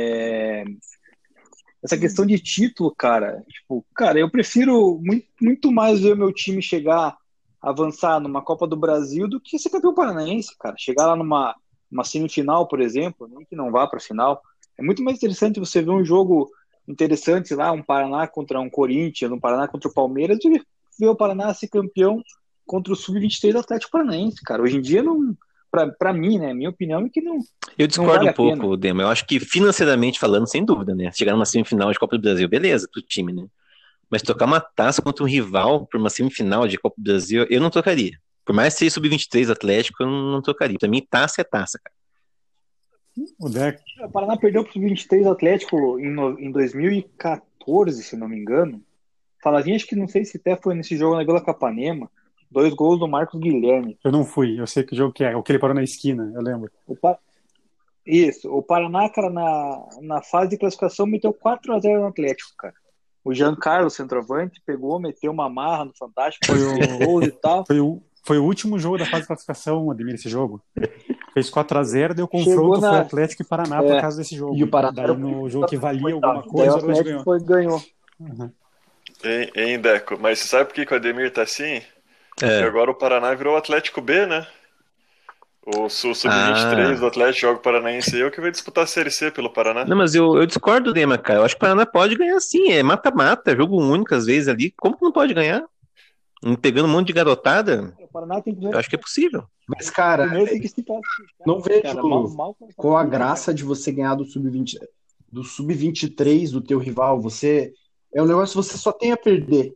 essa questão de título, cara, eu prefiro muito mais ver o meu time chegar, avançar numa Copa do Brasil do que ser campeão paranaense, cara. Chegar lá numa semifinal, por exemplo, nem que não vá pra final. É muito mais interessante você ver um jogo interessante lá, um Paraná contra um Corinthians, um Paraná contra o Palmeiras, e ver o Paraná ser campeão contra o Sub-23 do Atlético Paranaense, cara. Hoje em dia, não, pra mim, né, minha opinião é que não. Eu discordo vale um a pena. pouco, Dema. Eu acho que financeiramente falando, sem dúvida, né? Chegar numa semifinal de Copa do Brasil, beleza, pro time, né? Mas tocar uma taça contra um rival por uma semifinal de Copa do Brasil, eu não tocaria. Por mais que seja Sub-23 Atlético, eu não tocaria. Pra mim, taça é taça, cara. O Deco. O Paraná perdeu pro Sub-23 Atlético em 2014, se não me engano. Falavinha, acho que não sei se até foi nesse jogo na Vila Capanema. 2 gols do Marcos Guilherme. Eu não fui, eu sei que jogo que é. O que ele parou na esquina, eu lembro. Isso, o Paraná, cara, na fase de classificação meteu 4-0 no Atlético, cara. O Giancarlo, centroavante, pegou, meteu uma marra no Fantástico, fez gols e tal. Foi o último jogo da fase de classificação, Ademir, esse jogo. Fez 4-0, deu confronto, Chegou foi Atlético e Paraná por causa desse jogo. E o Paraná Daí no jogo que valia alguma Daí coisa, o o Atlético Atlético ganhou. ganhou. Uhum. Hein, Deco? Mas você sabe por que o Ademir tá assim? Porque É. agora o Paraná virou o Atlético B, né? O Sub-23 do Atlético joga o Paranaense e eu que vai disputar a Série C pelo Paraná. Não, mas eu discordo, Dema, cara. Eu acho que o Paraná pode ganhar sim. É mata-mata, jogo único às vezes ali. Como que não pode ganhar? Pegando um monte de garotada, O Paraná tem que eu acho que é possível. Mas, cara, primeiro tem que se classificar. não vejo Cara, qual a graça de você ganhar do Sub-23 do teu rival. É um negócio que você só tem a perder.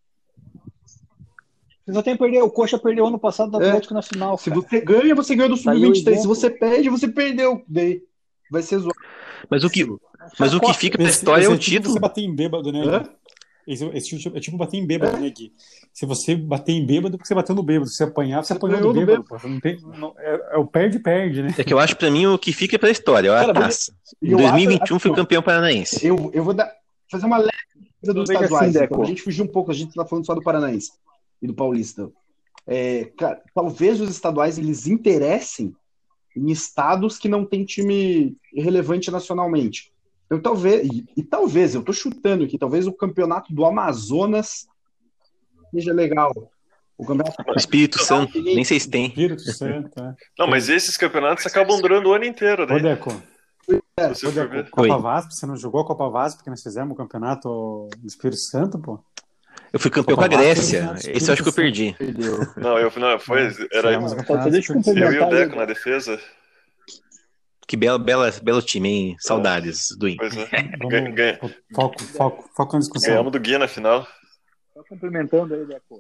Você só tem a perder. O Coxa perdeu ano passado do Atlético na final. Se Cara. você ganha, você ganhou do Tá aí o Sub-23. Se exemplo. você perde, você perdeu. Daí vai ser zoado. Mas o que fica pra história é o tipo título. você bater em bêbado, né? Hã? Gui? Esse é tipo bater em bêbado, né, Gui? Se você bater em bêbado, você bateu no bêbado. Se você apanhar, você apanhou ganhou no do bêbado. Pô. Você não tem, é o perde-perde, né? É que eu acho pra mim o que fica é pra história, é a Cara, taça. Em eu 2021 acho- foi campeão paranaense. Eu vou fazer uma leve coisa dos Veja assim, estaduais. Deco. Então, a gente fugiu um pouco, a gente tá falando só do Paranaense e do Paulista. Cara, talvez os estaduais eles interessem em estados que não tem time relevante nacionalmente. Então, talvez, eu tô chutando aqui, talvez o campeonato do Amazonas seja legal. O campeonato O Espírito Santo, nem sei se tem. Espírito Santo, né? Não, mas esses campeonatos acabam durando o ano inteiro, Ô, né? Deco, Se você for ver. Copa Vasco, você não jogou a Copa Vasco porque nós fizemos o campeonato do Espírito Santo, pô? Eu fui campeão com a Copa Vasco, Grécia. Campeonato Esse eu acho que eu perdi. perdeu. Não, era Fizemos o Só campeonato deixa eu do Espírito eu e o complementar. Deco na defesa. Que belo time, hein? Saudades do Inter. Pois é. Santo. Foco na discussão. Ganhamos do Gui na final. Só complementando aí, Deco.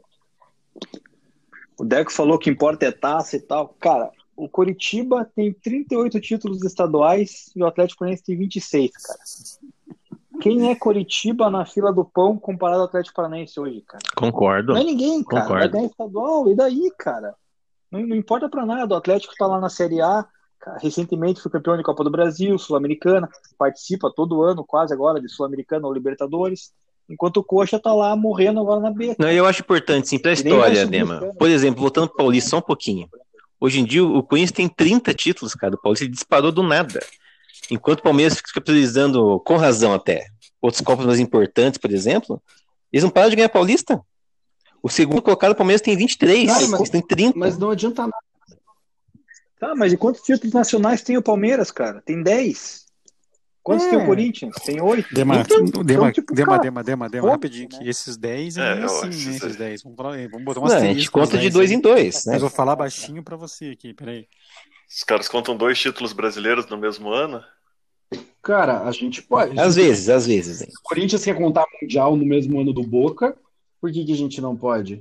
O Deco falou que importa é taça e tal. Cara, o Coritiba tem 38 títulos estaduais e o Atlético Paranaense tem 26, cara. Quem é Coritiba na fila do pão comparado ao Atlético Paranaense hoje, cara? Concordo. Não é ninguém, cara. Concordo. Vai ganhar estadual, e daí, cara? Não importa pra nada. O Atlético tá lá na Série A, cara, recentemente foi campeão de Copa do Brasil, Sul-Americana, participa todo ano, quase agora, de Sul-Americana ou Libertadores, enquanto o Coxa tá lá morrendo agora na B. Não, eu acho importante, sim, pra E nem vai história, subir Dema. esse ano. Por exemplo, voltando pro Paulista só um pouquinho. Hoje em dia, o Corinthians tem 30 títulos, cara. O Paulista disparou do nada. Enquanto o Palmeiras fica priorizando, com razão até, outros copas mais importantes, por exemplo, eles não param de ganhar Paulista. O segundo colocado, o Palmeiras, tem 23. Não, mas- Eles têm 30. Mas não adianta nada. Tá, mas e quantos títulos nacionais tem o Palmeiras, cara? Tem 10. Quantos tem o Corinthians? Tem 8. Dema, tipo, cara, Dema, óbvio, rapidinho, né? que esses 10 É, é meio assim, esses né? Esses 10. 10. Vamos botar Não, umas a gente 3. conta de 2 em 2, né? Mas eu vou falar baixinho pra você aqui, peraí. Os caras contam 2 títulos brasileiros no mesmo ano. Cara, a gente pode. Às vezes, hein? O Corinthians quer contar Mundial no mesmo ano do Boca, por que a gente não pode?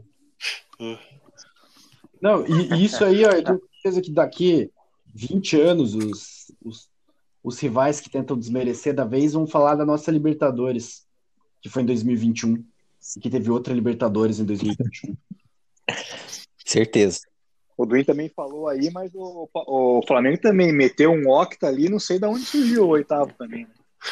Não, e isso aí, ó, eu tenho certeza que daqui 20 anos os rivais que tentam desmerecer da vez vão falar da nossa Libertadores, que foi em 2021, e que teve outra Libertadores em 2021. Certeza. O Duin também falou aí, mas o Flamengo também meteu um octa ali, não sei de onde surgiu o oitavo também.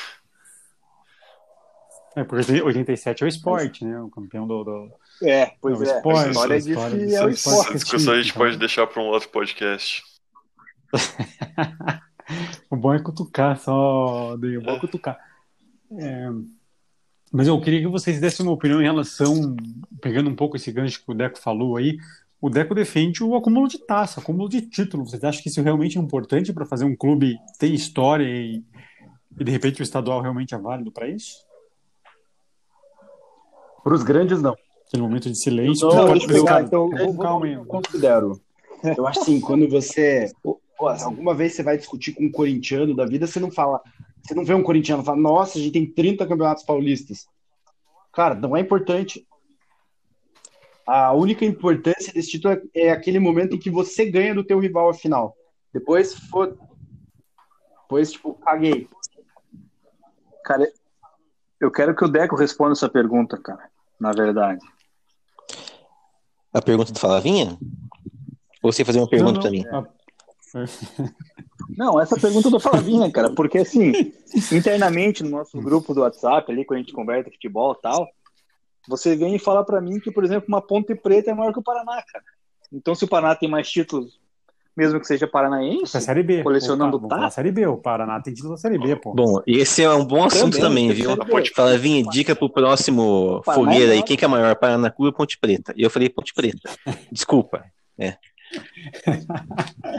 É, porque 87 é o esporte, né? O campeão do... É, pois Não, é. esporte, A história diz história que do é o esporte. esporte. Essa discussão a gente então. pode deixar para um outro podcast. O bom é cutucar só, Dei, o bom é cutucar. Mas eu queria que vocês dessem uma opinião em relação, pegando um pouco esse gancho que o Deco falou aí, o Deco defende o acúmulo de taça, o acúmulo de título. Vocês acham que isso realmente é importante para fazer um clube ter história e de repente o estadual realmente é válido para isso? Para os grandes, não. Aquele momento de silêncio. Não, você pode deixa eu explicar, pegar, então, com calma aí. eu considero. Eu acho assim, quando você... alguma vez você vai discutir com um corintiano da vida, você não fala... Você não vê um corintiano e fala, nossa, a gente tem 30 campeonatos paulistas. Cara, não é importante. A única importância desse título é aquele momento em que você ganha do teu rival a final. Depois, tipo, caguei. Cara, eu quero que o Deco responda essa pergunta, cara, na verdade. A pergunta do Flavinha? Ou você ia fazer uma pergunta pra mim? Não, essa pergunta do Flavinha, cara, porque assim, internamente no nosso grupo do WhatsApp, ali, quando a gente conversa futebol e tal, você vem e fala pra mim que, por exemplo, uma Ponte Preta é maior que o Paraná, cara. Então, se o Paraná tem mais títulos, mesmo que seja paranaense, É Série B. colecionando Vamos falar taça. Série B. O Paraná tem título da Série B, pô. Bom, esse é um bom assunto também, viu? Flavinha, dica pro próximo Paraná fogueira é aí, maior. quem que é maior, Paraná Clube ou Ponte Preta? E eu falei Ponte Preta. Desculpa.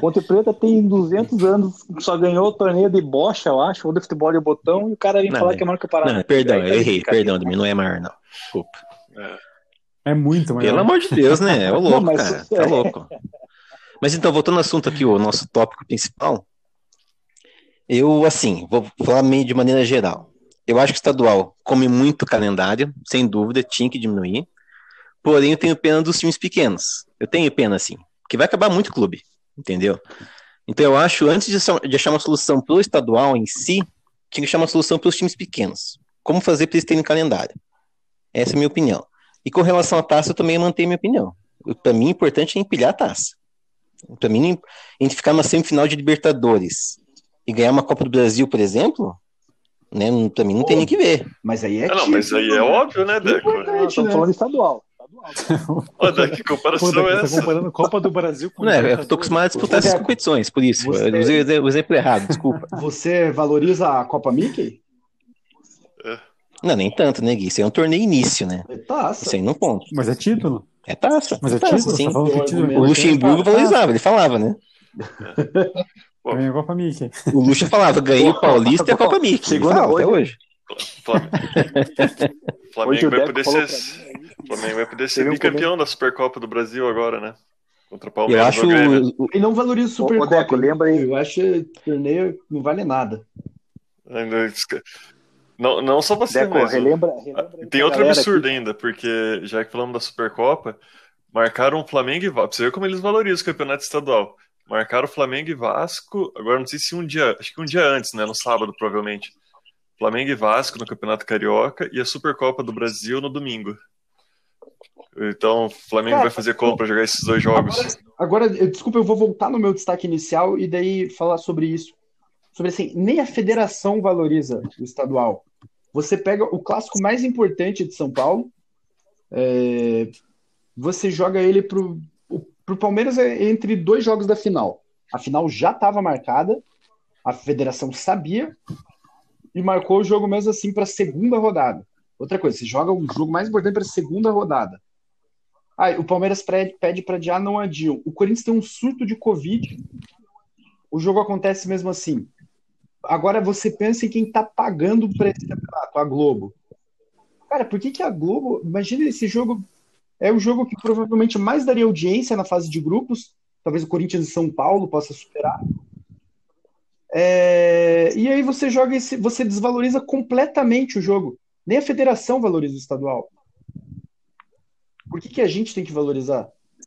Ponte Preta tem 200 anos, só ganhou o torneio de bocha, eu acho, ou de futebol de botão, e o cara vem falar que é maior que o Paraná. Não, perdão, eu errei, perdão, Ademir, não é maior, não. Desculpa. É muito maior. Pelo amor de Deus, né? É o louco, Não, mas- cara. Tá louco. Mas então, voltando ao assunto aqui, o nosso tópico principal, eu, assim, vou falar meio de maneira geral. Eu acho que o estadual come muito calendário, sem dúvida, tinha que diminuir. Porém, eu tenho pena dos times pequenos. Eu tenho pena, assim, que vai acabar muito clube, entendeu? Então, eu acho, antes de achar uma solução pro estadual em si, tinha que achar uma solução para os times pequenos. Como fazer para eles terem calendário? Essa é a minha opinião. E com relação à taça, eu também mantenho minha opinião. Para mim, o importante é empilhar a taça. Para mim, a gente ficar na semifinal de Libertadores e ganhar uma Copa do Brasil, por exemplo, né, para mim não tem nem que ver. Mas aí é Não, mas aí é óbvio, né, Deco? Não, estamos falando de estadual. Ô, Deco, que comparação Pô, é Tá essa? comparando Copa do Brasil com Não, eu tô acostumado a disputar essas competições, por isso. Você- Eu usei o exemplo errado, desculpa. Você valoriza a Copa Mickey? Não, nem tanto, né, Gui? Isso aí é um torneio início, né? É taça. Isso aí não conta. Mas é título? É taça. Mas é taça, título? sim. Você tá falando que Teu título? argumento O Luxemburgo valorizava, ele falava, né? Ganhou a Copa Mickey. O Luxa falava, ganhei o Paulista e a Copa Mickey. Ele Segundo fala até hoje. hoje. Hoje Flamengo o vai Deco poder falou ser, pra mim, Flamengo vai poder ser Teve um bicampeão da Supercopa do Brasil agora, né? Contra o Eu Palmeiras acho ou Grêmio. E não valoriza o Ô, Supercopa. Deco, lembra aí. Eu acho que o torneio não vale nada. Não só você Deco, mesmo. relembra aí Tem pra outro galera absurdo aqui. ainda, porque já que falamos da Supercopa, marcaram Flamengo e Vasco. Pra você ver como eles valorizam o campeonato estadual. Marcaram Flamengo e Vasco, agora não sei se acho que um dia antes, né? No sábado, provavelmente. Flamengo e Vasco no Campeonato Carioca e a Supercopa do Brasil no domingo. Então, o Flamengo Cara, vai fazer como pra jogar esses dois jogos? Agora, desculpa, eu vou voltar no meu destaque inicial e daí falar sobre isso. Sobre assim, nem a federação valoriza o estadual. Você pega o clássico mais importante de São Paulo, você joga ele pro Palmeiras entre dois jogos da final. A final já estava marcada, a federação sabia e marcou o jogo mesmo assim para a segunda rodada. Outra coisa, você joga o jogo mais importante para a segunda rodada. O Palmeiras pede para adiar, não adiam. O Corinthians tem um surto de Covid. O jogo acontece mesmo assim. Agora você pensa em quem está pagando para esse campeonato, a Globo. Cara, por que a Globo... Imagina esse jogo... É o jogo que provavelmente mais daria audiência na fase de grupos. Talvez o Corinthians e São Paulo possa superar. E aí você joga você desvaloriza completamente o jogo. Nem a federação valoriza o estadual. Por que a gente tem que valorizar?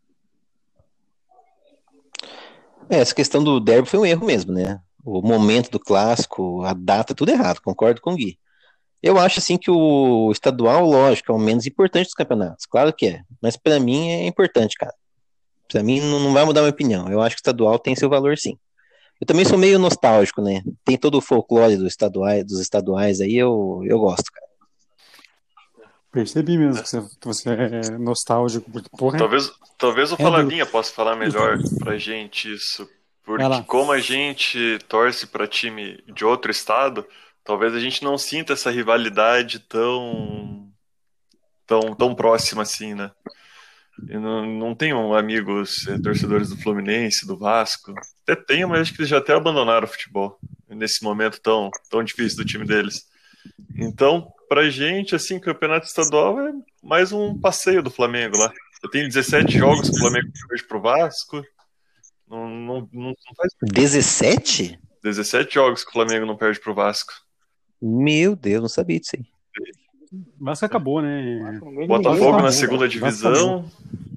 Essa questão do derby foi um erro mesmo, né? O momento do clássico, a data, tudo errado, concordo com o Gui. Eu acho assim que o estadual, lógico, é o menos importante dos campeonatos, claro que é, mas pra mim é importante, cara. Pra mim não vai mudar minha opinião. Eu acho que o estadual tem seu valor, sim. Eu também sou meio nostálgico, né? Tem todo o folclore dos estaduais aí, eu gosto, cara. Percebi mesmo que você é nostálgico. Porque, porra, Talvez o Falavinha possa falar melhor pra gente isso. Porque como a gente torce pra time de outro estado, talvez a gente não sinta essa rivalidade tão próxima assim, né? Eu não tenho amigos torcedores do Fluminense, do Vasco. Até tenho, mas acho que eles já até abandonaram o futebol nesse momento tão difícil do time deles. Então, pra gente, assim, campeonato estadual é mais um passeio do Flamengo lá. Eu tenho 17 jogos que o Flamengo perde pro Vasco. Não faz... 17? 17 jogos que o Flamengo não perde pro Vasco. Meu Deus, não sabia disso aí. O Vasco acabou, né? Botafogo na segunda divisão.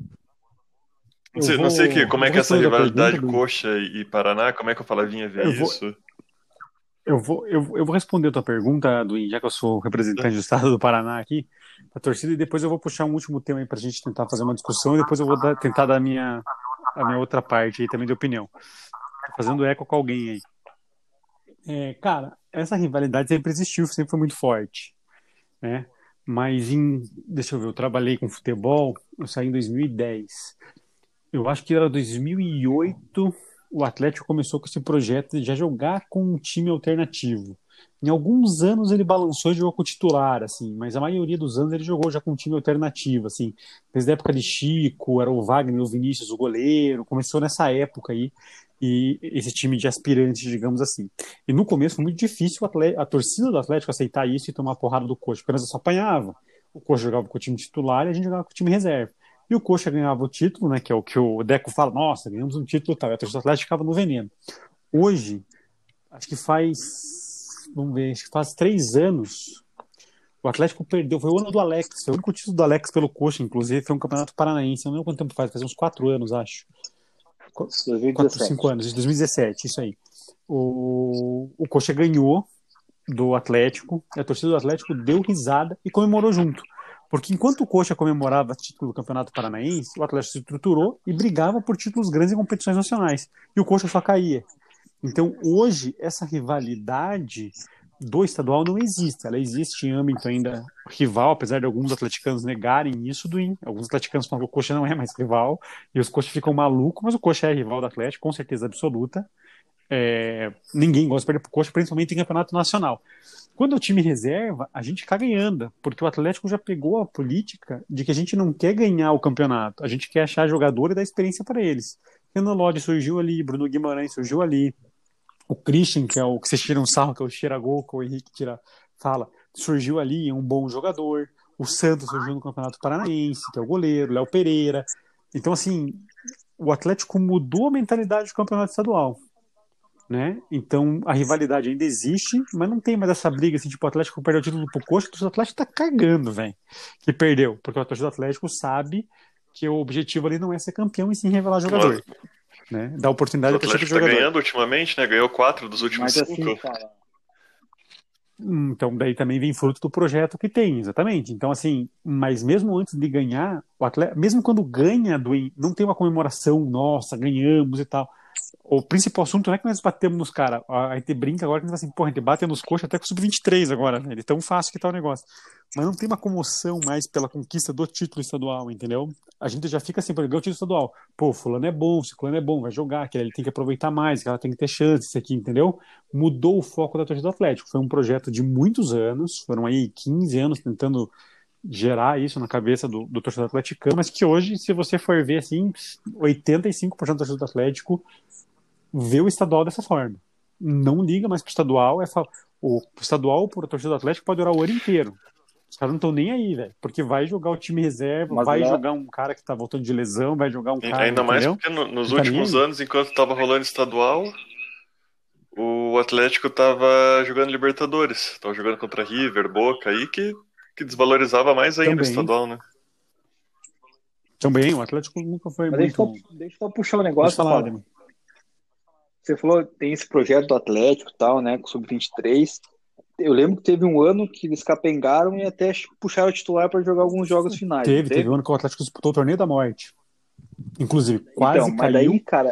Não sei como é que é essa rivalidade Coxa e Paraná, como é que o Falavinha vê isso? Eu vou responder a tua pergunta, Duin, já que eu sou representante do estado do Paraná aqui, a torcida, e depois eu vou puxar um último tema aí pra gente tentar fazer uma discussão, e depois eu vou tentar dar a minha outra parte aí também de opinião. Tô fazendo eco com alguém aí. Cara, essa rivalidade sempre existiu, sempre foi muito forte, né? Mas deixa eu ver, eu trabalhei com futebol, eu saí em 2010. Eu acho que era 2008, o Atlético começou com esse projeto de já jogar com um time alternativo. Em alguns anos ele balançou e jogou com o titular, assim, mas a maioria dos anos ele jogou já com um time alternativo, assim. Desde a época de Chico, era o Wagner, o Vinícius, o goleiro, começou nessa época aí e esse time de aspirantes, digamos assim. E no começo foi muito difícil a torcida do Atlético aceitar isso e tomar porrada do Coxa, porque nós só apanhava. O Coxa jogava com o time titular e a gente jogava com o time reserva. E o Coxa ganhava o título, né, que é o que o Deco fala, nossa, ganhamos um título e tal. E a torcida do Atlético ficava no veneno. Hoje, acho que vamos ver, acho que faz 3 anos, o Atlético perdeu, foi o ano do Alex, foi o único título do Alex pelo Coxa, inclusive, foi um campeonato paranaense, eu não lembro quanto tempo faz uns 4 anos, acho. 4, 5 anos, 2017, isso aí. O Coxa ganhou do Atlético, e a torcida do Atlético deu risada e comemorou junto. Porque enquanto o Coxa comemorava o título do Campeonato Paranaense, o Atlético se estruturou e brigava por títulos grandes em competições nacionais. E o Coxa só caía. Então, hoje, essa rivalidade do estadual não existe. Ela existe em âmbito ainda rival, apesar de alguns atleticanos negarem isso do IN. Alguns atleticanos falam que o Coxa não é mais rival, e os Coxa ficam malucos, mas o Coxa é rival do Atlético, com certeza absoluta. Ninguém gosta de perder pro Coxa, principalmente em campeonato nacional. Quando o time reserva, a gente caga e anda, porque o Atlético já pegou a política de que a gente não quer ganhar o campeonato, a gente quer achar jogador e dar experiência para eles. Renan Lodge surgiu ali, Bruno Guimarães surgiu ali, o Christian, que é o que vocês tiram sarro, que é o cheira-gol, que o Henrique fala, surgiu ali, é um bom jogador. O Santos surgiu no Campeonato Paranaense, que é o goleiro, Léo Pereira. Então, assim, o Atlético mudou a mentalidade do campeonato estadual, né? Então, a rivalidade ainda existe, mas não tem mais essa briga, assim, tipo, o Atlético perdeu o título pro Coxa, o Atlético tá cagando, velho, que perdeu, porque o torcedor do Atlético sabe que o objetivo ali não é ser campeão e sim revelar jogador. Né? Dá oportunidade para o Atlético tá ganhando ultimamente, né? Ganhou 4 dos últimos 5. Assim, então, daí também vem fruto do projeto que tem, exatamente. Então, assim, mas mesmo antes de ganhar, o Atlético, mesmo quando ganha, não tem uma comemoração, nossa, ganhamos e tal. O principal assunto não é que nós batemos nos caras. A gente brinca agora que a gente fala assim, porra, a gente bate nos coxas até com o sub-23 agora, né? É tão fácil que tá o negócio. Mas não tem uma comoção mais pela conquista do título estadual, entendeu? A gente já fica assim, por exemplo, o título estadual. Pô, fulano é bom, ciclano é bom, vai jogar, que ele tem que aproveitar mais, que ela tem que ter chance, isso aqui, entendeu? Mudou o foco da torcida do Atlético. Foi um projeto de muitos anos, foram aí 15 anos tentando gerar isso na cabeça do torcedor atleticano, mas que hoje, se você for ver assim, 85% do torcedor do Atlético vê o estadual dessa forma. Não liga mais pro estadual, o estadual por torcida do Atlético pode durar o ano inteiro. Os caras não estão nem aí, velho, porque vai jogar o time reserva, mas vai jogar um cara que tá voltando de lesão, vai jogar um cara... Ainda mais porque nos últimos anos, enquanto tava rolando estadual, o Atlético tava jogando Libertadores, tava jogando contra River, Boca, aí que desvalorizava mais ainda o estadual, né? Também, o Atlético nunca foi muito... Deixa eu puxar o negócio, falar, Você falou tem esse projeto do Atlético e tal, né, com o Sub-23. Eu lembro que teve um ano que eles capengaram e até puxaram o titular para jogar alguns jogos finais. Teve um ano que o Atlético disputou o Torneio da Morte. Inclusive, quase caiu. Daí, cara,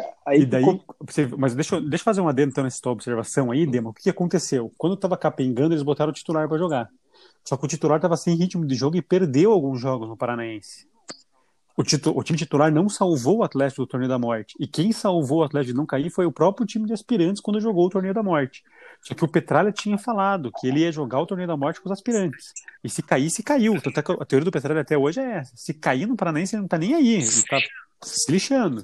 mas deixa eu fazer um adendo então nessa tua observação aí, Demo. O que aconteceu? Quando estava capengando, eles botaram o titular para jogar. Só que o titular estava sem ritmo de jogo e perdeu alguns jogos no Paranaense. O time titular não salvou o Atlético do Torneio da Morte. E quem salvou o Atlético de não cair foi o próprio time de aspirantes quando jogou o Torneio da Morte. Só que o Petralha tinha falado que ele ia jogar o Torneio da Morte com os aspirantes. E se caísse, caiu. Tanto é que a teoria do Petralha até hoje é essa. Se cair no Paranaense, ele não tá nem aí. Ele tá se lixando.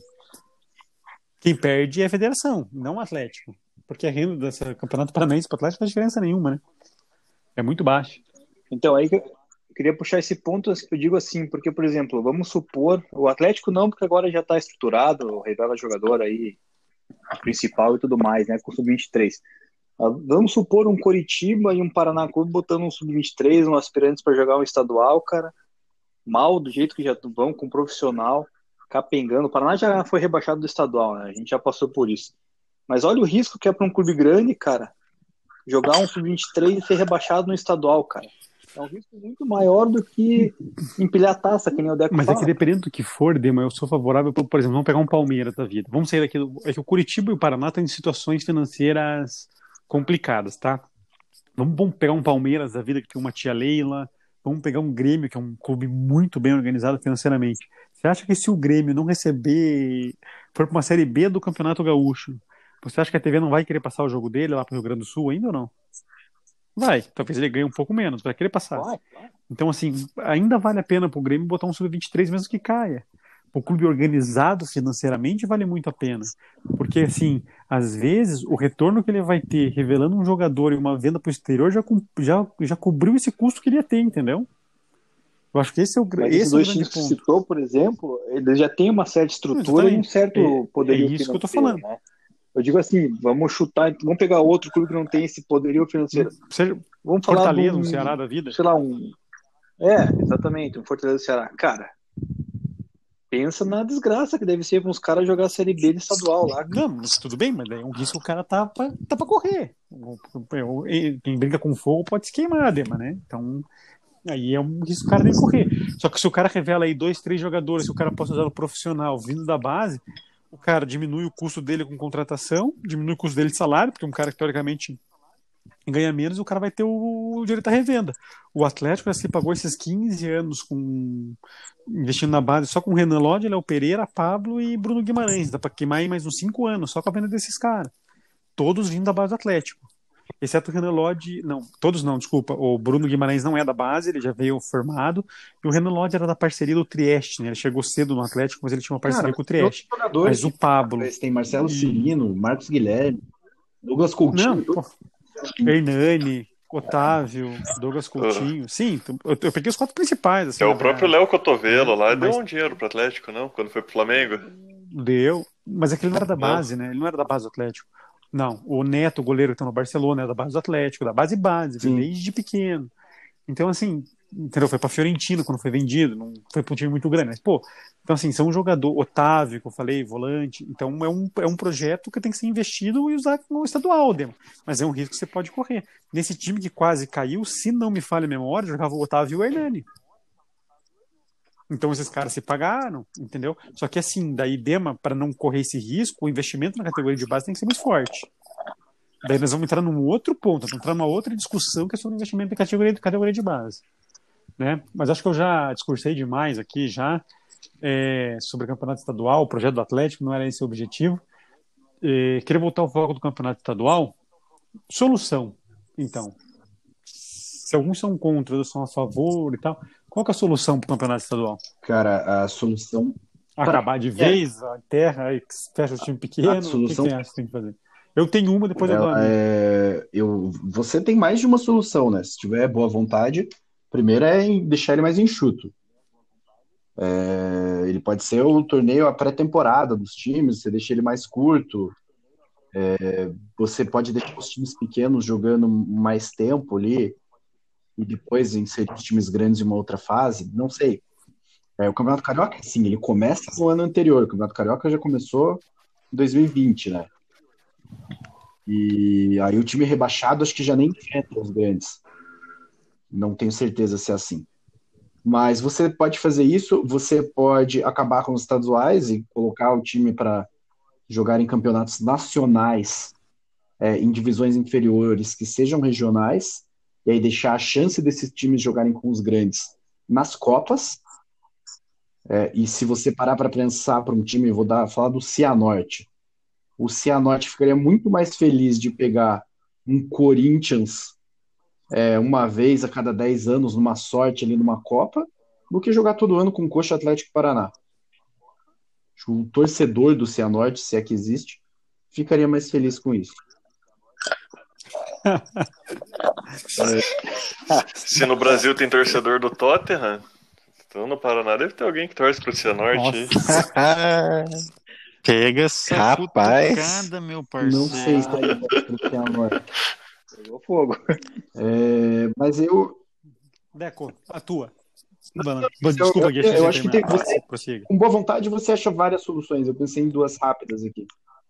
Quem perde é a federação, não o Atlético. Porque a renda desse campeonato paranaense para o Atlético não faz diferença nenhuma, né? É muito baixo. Então, aí eu queria puxar esse ponto, eu digo assim, porque, por exemplo, vamos supor, o Atlético não, porque agora já está estruturado, revela jogador aí, principal e tudo mais, né, com o Sub-23. Vamos supor um Coritiba e um Paraná Clube botando um Sub-23, um aspirantes para jogar um estadual, cara, mal do jeito que já vão, com um profissional, capengando. O Paraná já foi rebaixado do estadual, né, a gente já passou por isso. Mas olha o risco que é para um clube grande, cara, jogar um Sub-23 e ser rebaixado no estadual, cara. É um risco muito maior do que empilhar a taça, que nem o Deco Mas fala. É que dependendo do que for, Dema, eu sou favorável, por exemplo, vamos pegar um Palmeiras da vida. Vamos sair daqui. É que o Curitiba e o Paraná estão em situações financeiras complicadas, tá? Vamos pegar um Palmeiras da vida que tem uma tia Leila. Vamos pegar um Grêmio, que é um clube muito bem organizado financeiramente. Você acha que se o Grêmio não receber, for para uma Série B do Campeonato Gaúcho, você acha que a TV não vai querer passar o jogo dele lá para o Rio Grande do Sul ainda ou não? Vai, talvez ele ganhe um pouco menos, vai querer passar. Vai. Então, assim, ainda vale a pena pro Grêmio botar um Sub-23 mesmo que caia. o clube organizado financeiramente vale muito a pena. Porque, assim, às vezes, o retorno que ele vai ter revelando um jogador e uma venda para o exterior já cobriu esse custo que ele ia ter, entendeu? Eu acho que esse é o Mas esses esse é o dois grande times que você ponto. citou, por exemplo, eles já têm uma certa estrutura e um Exatamente. certo poderio É isso que eu tô financeiro, falando. né? Eu digo assim, vamos chutar, vamos pegar outro clube que não tem esse poderio financeiro. Seja Vamos falar de Fortaleza, um Ceará da vida. sei lá, exatamente, um Fortaleza do Ceará. Cara, pensa na desgraça que deve ser para uns caras jogar a Série B de estadual lá. Não, mas tudo bem, mas daí é um risco que o cara tá pra correr. Quem brinca com fogo pode se queimar, Dema, né? Então, aí é um risco que o cara tem que correr. Só que se o cara revela aí 2, 3 jogadores, se o cara pode usar no profissional vindo da base, o cara diminui o custo dele com contratação, diminui o custo dele de salário, porque um cara que teoricamente ganha menos, o cara vai ter o direito à revenda. O Atlético já se pagou esses 15 anos investindo na base só com o Renan Lodge, Léo Pereira, Pablo e Bruno Guimarães. Dá pra queimar aí mais uns 5 anos só com a venda desses caras. Todos vindo da base do Atlético. Exceto o Renan Lodge, não, todos não, desculpa. O Bruno Guimarães não é da base, ele já veio formado. E o Renan Lodge era da parceria do Trieste, né? Ele chegou cedo no Atlético, mas ele tinha uma parceria com o Trieste. Mas o Pablo. Tem Marcelo Cirino, Marcos Guilherme, Douglas Coutinho. Não, pô, Hernani, Otávio, Douglas Coutinho. Sim, eu peguei os 4 principais. Assim, O próprio Léo Cotovelo lá mas deu um dinheiro pro Atlético, não? Quando foi pro Flamengo. deu. Mas aquele não era da base, né? Ele não era da base do Atlético. Não, o Neto, o goleiro que tá no Barcelona, é da base do Atlético, da base, veio desde pequeno. Então, assim, entendeu? Foi pra Fiorentina quando foi vendido, não foi pra um time muito grande. Mas, pô, então, assim, são um jogador, Otávio, que eu falei, volante. Então, é um projeto que tem que ser investido e usar no estadual, Demo. Mas é um risco que você pode correr. Nesse time que quase caiu, se não me falha a memória, jogava o Otávio e o Hernani. Então esses caras se pagaram, entendeu? Só que assim, daí Dema, para não correr esse risco, o investimento na categoria de base tem que ser muito forte. Daí nós vamos entrar num outro ponto, vamos entrar numa outra discussão que é sobre investimento em categoria de base. Né? Mas acho que eu já discursei demais aqui já sobre o campeonato estadual, o projeto do Atlético, não era esse o objetivo. Queria voltar ao foco do campeonato estadual. Solução, então. Se alguns são contra, outros são a favor e tal, qual que é a solução para o campeonato estadual? Cara, a solução... Acabar de vez a terra e fecha o time pequeno? O que você acha que tem que fazer? Eu tenho uma, depois eu dou a minha. Você tem mais de uma solução, né? Se tiver boa vontade, primeiro é deixar ele mais enxuto. Ele pode ser o torneio, a pré-temporada dos times, você deixa ele mais curto. Você pode deixar os times pequenos jogando mais tempo ali e depois inserir os times grandes em uma outra fase, não sei. O Campeonato Carioca, sim, ele começa no ano anterior. O Campeonato Carioca já começou em 2020, né? E aí o time rebaixado acho que já nem enfrenta os grandes. Não tenho certeza se é assim. Mas você pode fazer isso, você pode acabar com os estaduais e colocar o time para jogar em campeonatos nacionais, em divisões inferiores que sejam regionais, e aí deixar a chance desses times jogarem com os grandes nas Copas. E se você parar para pensar para um time, falar do Cianorte. O Cianorte ficaria muito mais feliz de pegar um Corinthians uma vez a cada 10 anos numa sorte ali numa Copa, do que jogar todo ano com o Coxa Atlético Paraná. O torcedor do Cianorte, se é que existe, ficaria mais feliz com isso. Se no Brasil tem torcedor do Tottenham, então no Paraná deve ter alguém que torce pro Cianorte. Pega essa Rapaz, cutucada, meu parceiro. Não sei se aí pro Cianorte. Pegou fogo. Mas eu... Deco, a tua. Desculpa, eu acho que tem, prossiga. Com boa vontade você acha várias soluções. Eu pensei em 2 rápidas aqui.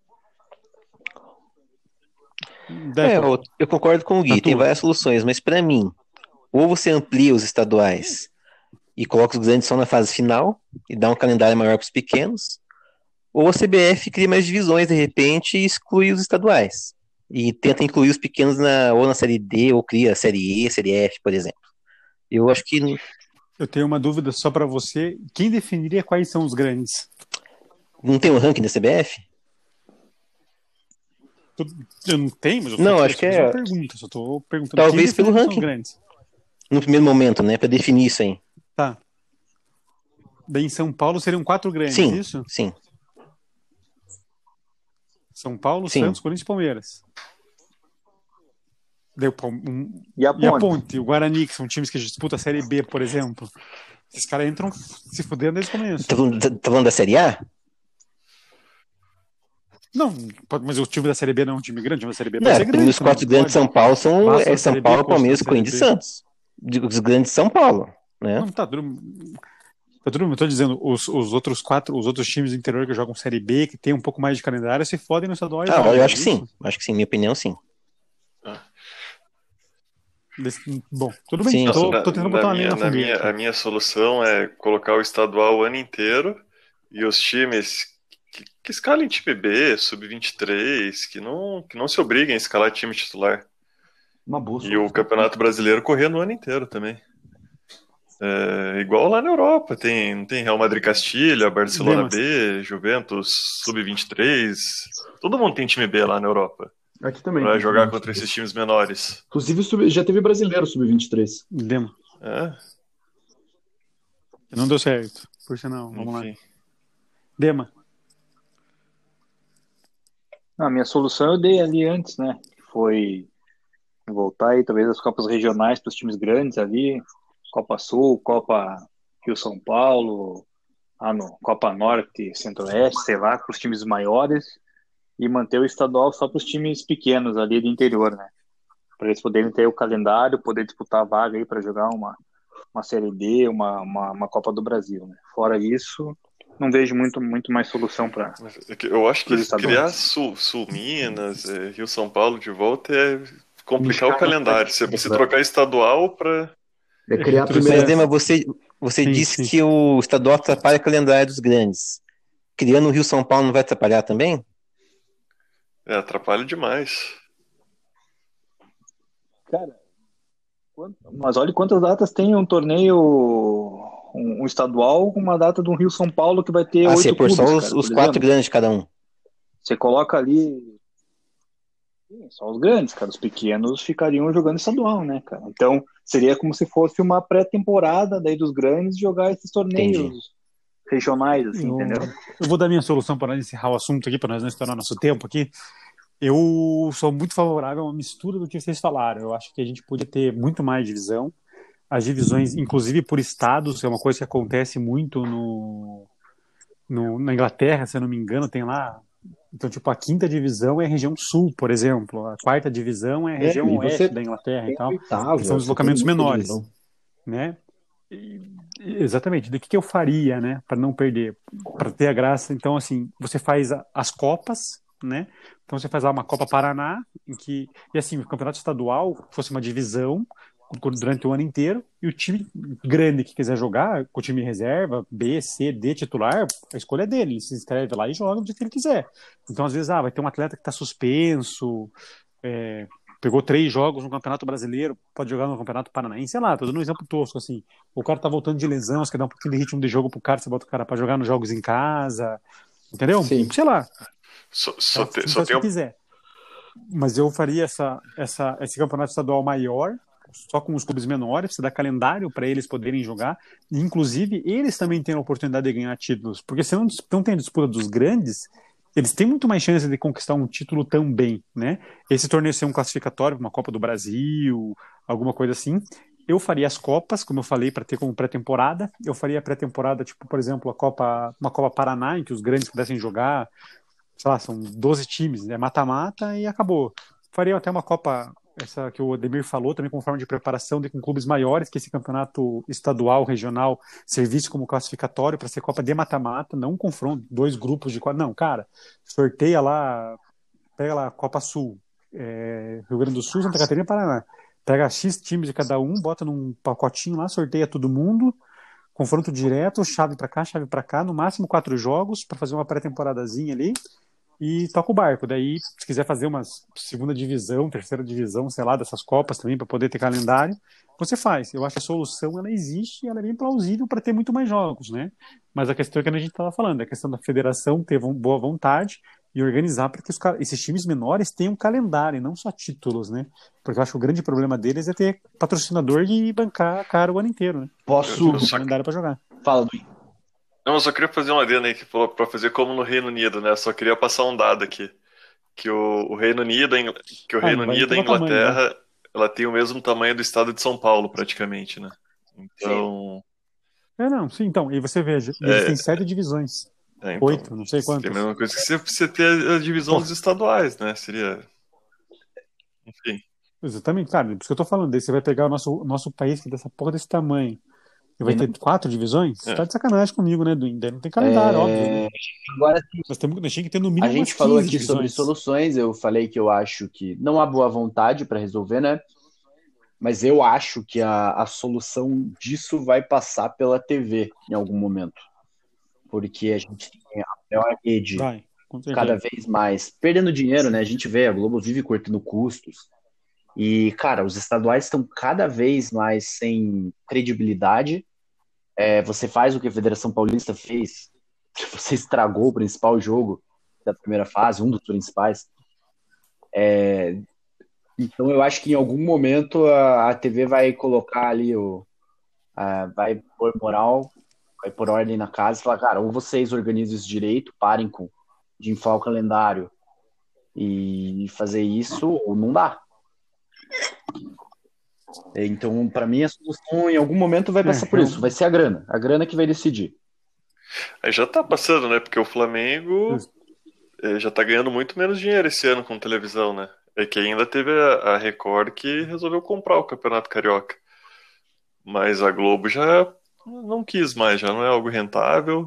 Eu concordo com o Gui, tem várias soluções, mas para mim, ou você amplia os estaduais e coloca os grandes só na fase final e dá um calendário maior para os pequenos, ou a CBF cria mais divisões de repente e exclui os estaduais e tenta incluir os pequenos ou na Série D ou cria a Série E, Série F, por exemplo. Eu acho que... Eu tenho uma dúvida só para você. Quem definiria quais são os grandes? Não tem um ranking da CBF? Eu não tenho, mas acho que uma pergunta. Só tô perguntando. Talvez pelo ranking. Grandes? No primeiro momento, né? Para definir isso aí. Tá. Daí em São Paulo seriam 4 grandes, Sim, isso? sim. São Paulo, Sim. Santos, Corinthians e Palmeiras. E a E a Ponte? Ponte, o Guarani, que são times que disputam a Série B, por exemplo. Esses caras entram se fudendo desde o começo. Tá falando da Série A? Não, mas o time da Série B não é um time grande, o time da Série B Não, vai ser grande. os 4 grandes de São Paulo são Vasco da São Série B, Paulo, Coxa da Palmeiras, Série Corinthians e B. Santos. Os grandes de São Paulo, né? Não, tá tudo bem. Eu tô dizendo, os outros times do interior que jogam Série B, que tem um pouco mais de calendário, se fodem no estadual. Eu acho que sim. Acho que sim, minha opinião, sim. Bom, tudo bem. Sim, tô tentando botar uma linha na fogueira. A minha solução é colocar o estadual o ano inteiro e os times que escalem time B, sub-23, que não se obriguem a escalar time titular. Uma boa E o Campeonato Brasileiro correr no ano inteiro também. Igual lá na Europa, tem Real Madrid Castilha, Barcelona B, Juventus sub-23, todo mundo tem time B lá na Europa. Aqui também. Pra jogar contra esses times menores. Inclusive, já teve brasileiro sub-23. Demo. Não deu certo, por sinal. Vamos lá. Dema. A minha solução eu dei ali antes, né? Foi voltar aí, talvez, as Copas regionais para os times grandes ali. Copa Sul, Copa Rio-São Paulo, Copa Norte, Centro-Oeste, sei lá, para os times maiores. E manter o estadual só para os times pequenos ali do interior, né? Para eles poderem ter o calendário, poder disputar a vaga aí para jogar uma Série D, uma Copa do Brasil, né? Fora isso, não vejo muito mais solução para. Eu acho que criar Sul Minas, Rio São Paulo de volta é complicar o calendário. Se você trocar estadual para. Criar Mas, Dema, você disse que o estadual atrapalha o calendário dos grandes. Criando o Rio São Paulo não vai atrapalhar também? Atrapalha demais. Cara, mas olha quantas datas tem um torneio, um estadual, com uma data do Rio São Paulo que vai ter 8 clubes. Só os 4 grandes de cada um. Você coloca ali só os grandes, cara. Os pequenos ficariam jogando estadual, né, cara? Então, seria como se fosse uma pré-temporada daí dos grandes jogar esses torneios regionais, assim, entendeu? Eu vou dar minha solução para encerrar o assunto aqui, para nós não estourar nosso tempo aqui. Eu sou muito favorável a uma mistura do que vocês falaram. Eu acho que a gente podia ter muito mais divisão. As divisões, inclusive por estados, é uma coisa que acontece muito na Inglaterra, se eu não me engano, tem lá. Então, tipo, a 5ª divisão é a região sul, por exemplo. A 4ª divisão é a região oeste da Inglaterra e tal. Que são deslocamentos menores, né? Exatamente. Do que eu faria, né, para não perder, para ter a graça? Então, assim, você faz as copas, né? Então você faz lá uma Copa Paraná, e assim, o campeonato estadual fosse uma divisão durante o ano inteiro, e o time grande que quiser jogar, com o time reserva, B, C, D, titular, a escolha é dele, ele se inscreve lá e joga do jeito que ele quiser. Então, às vezes, vai ter um atleta que está suspenso, pegou 3 jogos no Campeonato Brasileiro, pode jogar no Campeonato Paranaense, sei lá, tô dando um exemplo tosco, assim. O cara tá voltando de lesão, você quer dar um pouquinho de ritmo de jogo pro cara, você bota o cara pra jogar nos jogos em casa, entendeu? Sim. Sei lá. Só tem que quiser. Mas eu faria esse campeonato estadual maior, só com os clubes menores, você dá calendário para eles poderem jogar, e inclusive eles também têm a oportunidade de ganhar títulos, porque se não tem a disputa dos grandes, eles têm muito mais chance de conquistar um título também, né? Esse torneio ser um classificatório, uma Copa do Brasil, alguma coisa assim. Eu faria as Copas, como eu falei, para ter como pré-temporada. Eu faria a pré-temporada, tipo, por exemplo, uma Copa Paraná, em que os grandes pudessem jogar, sei lá, são 12 times, né? Mata-mata e acabou. Faria até uma Copa, essa que o Ademir falou, também com forma de preparação com clubes maiores, que esse campeonato estadual, regional, servisse como classificatório para ser Copa de mata-mata, não um confronto, 2 grupos de 4. Não, cara, sorteia lá, pega lá Copa Sul, Rio Grande do Sul, Santa Catarina e Paraná. Pega X times de cada um, bota num pacotinho lá, sorteia todo mundo, confronto direto, chave pra cá, no máximo 4 jogos, para fazer uma pré-temporadazinha ali, e toca o barco. Daí, se quiser fazer uma 2ª divisão, 3ª divisão, sei lá, dessas Copas também, para poder ter calendário, você faz. Eu acho que a solução, ela existe e ela é bem plausível para ter muito mais jogos, né? Mas a questão é que a gente estava falando, a questão da federação ter boa vontade e organizar para que esses times menores tenham calendário, e não só títulos, né? Porque eu acho que o grande problema deles é ter patrocinador e bancar caro o ano inteiro, né? Posso... calendário para jogar. Fala, Luiz. Não, eu só queria fazer uma adenda aí que falou pra fazer como no Reino Unido, né? Eu só queria passar um dado aqui. Que o Reino Unido, que o Ah, Reino não vai Unido, a entrar tamanho, né? Inglaterra, ela tem o mesmo tamanho do estado de São Paulo, praticamente, né? Sim. Então, Não, sim, então, e você veja, e eles têm é, 7 divisões, então, 8, não sei seria a quantas. mesma coisa que você ter a divisão Pô, dos estaduais, né? Seria, enfim. exatamente, cara, por isso que eu tô falando, daí você vai pegar o nosso país, que é dessa porra desse tamanho, e vai E ter 4 divisões? Você É. tá de sacanagem comigo, né, Duin? Daí não tem calendário, óbvio, né? Agora, Nós tinha que ter no a mínimo gente umas falou 15 aqui sobre divisões. soluções. Eu falei que eu acho que não há boa vontade para resolver, né? Mas eu acho que a solução disso vai passar pela TV em algum momento. Porque a gente tem a maior rede Vai, com cada certeza. vez mais perdendo dinheiro, né? A gente vê, a Globo vive cortando custos. E, cara, os estaduais estão cada vez mais sem credibilidade. Você faz o que a Federação Paulista fez, você estragou o principal jogo da primeira fase, um dos principais. Então eu acho que em algum momento a TV vai colocar ali vai pôr moral, vai pôr ordem na casa e falar, cara, ou vocês organizam isso direito, parem de inflar o calendário e fazer isso, ou não dá. Então, para mim, a solução em algum momento vai passar por isso, vai ser a grana que vai decidir. Aí já tá passando, né? Porque o Flamengo já tá ganhando muito menos dinheiro esse ano com televisão, né? É que ainda teve a Record que resolveu comprar o Campeonato Carioca. Mas a Globo já não quis mais, já não é algo rentável.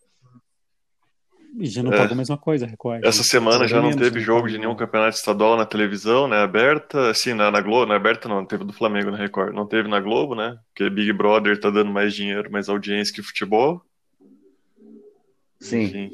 E já não pagou a mesma coisa, Record. Essa semana já não menos, teve jogo de nenhum campeonato estadual na televisão, né? Aberta, assim, na Globo, não é aberta não, teve do Flamengo na Record. Não teve na Globo, né? Porque Big Brother tá dando mais dinheiro, mais audiência que futebol. Sim. Enfim.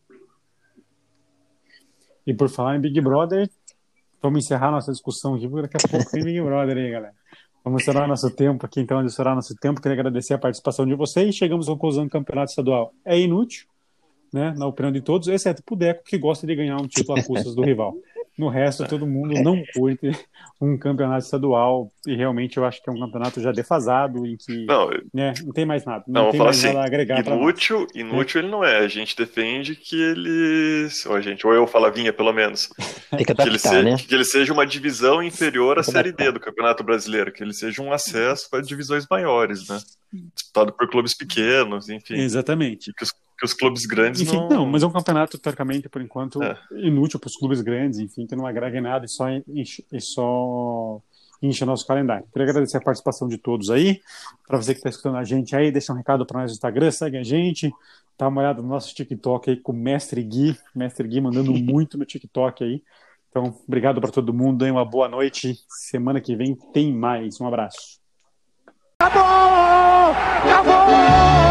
E por falar em Big Brother, vamos encerrar nossa discussão aqui, porque daqui a pouco tem Big Brother aí, galera. Vamos estourar nosso tempo aqui, então, estourar nosso tempo. Queria agradecer a participação de vocês. Chegamos à conclusão que o campeonato estadual é inútil, né, na opinião de todos, exceto pro Deco, que gosta de ganhar um título a custas do rival. No resto, todo mundo não curte um campeonato estadual, e realmente eu acho que é um campeonato já defasado, em que não tem mais nada. Não tem mais assim, nada a agregar para nós. Inútil ele não é. A gente defende que ele... ou eu, Falavinha, pelo menos. Tem que adaptar, né? Que ele seja uma divisão inferior à Série D do Campeonato Brasileiro, que ele seja um acesso para divisões maiores, né? Disputado por clubes pequenos, enfim. Exatamente. E que os clubes grandes enfim, não, mas é um campeonato, teoricamente, por enquanto, inútil para os clubes grandes, enfim, que não agrega em nada e só enche o nosso calendário. Queria agradecer a participação de todos aí. Para você que está escutando a gente aí, deixa um recado para nós no Instagram, segue a gente, dá uma olhada no nosso TikTok aí com o Mestre Gui mandando muito no TikTok aí. Então, obrigado para todo mundo, uma boa noite. Semana que vem tem mais. Um abraço. Acabou! Acabou!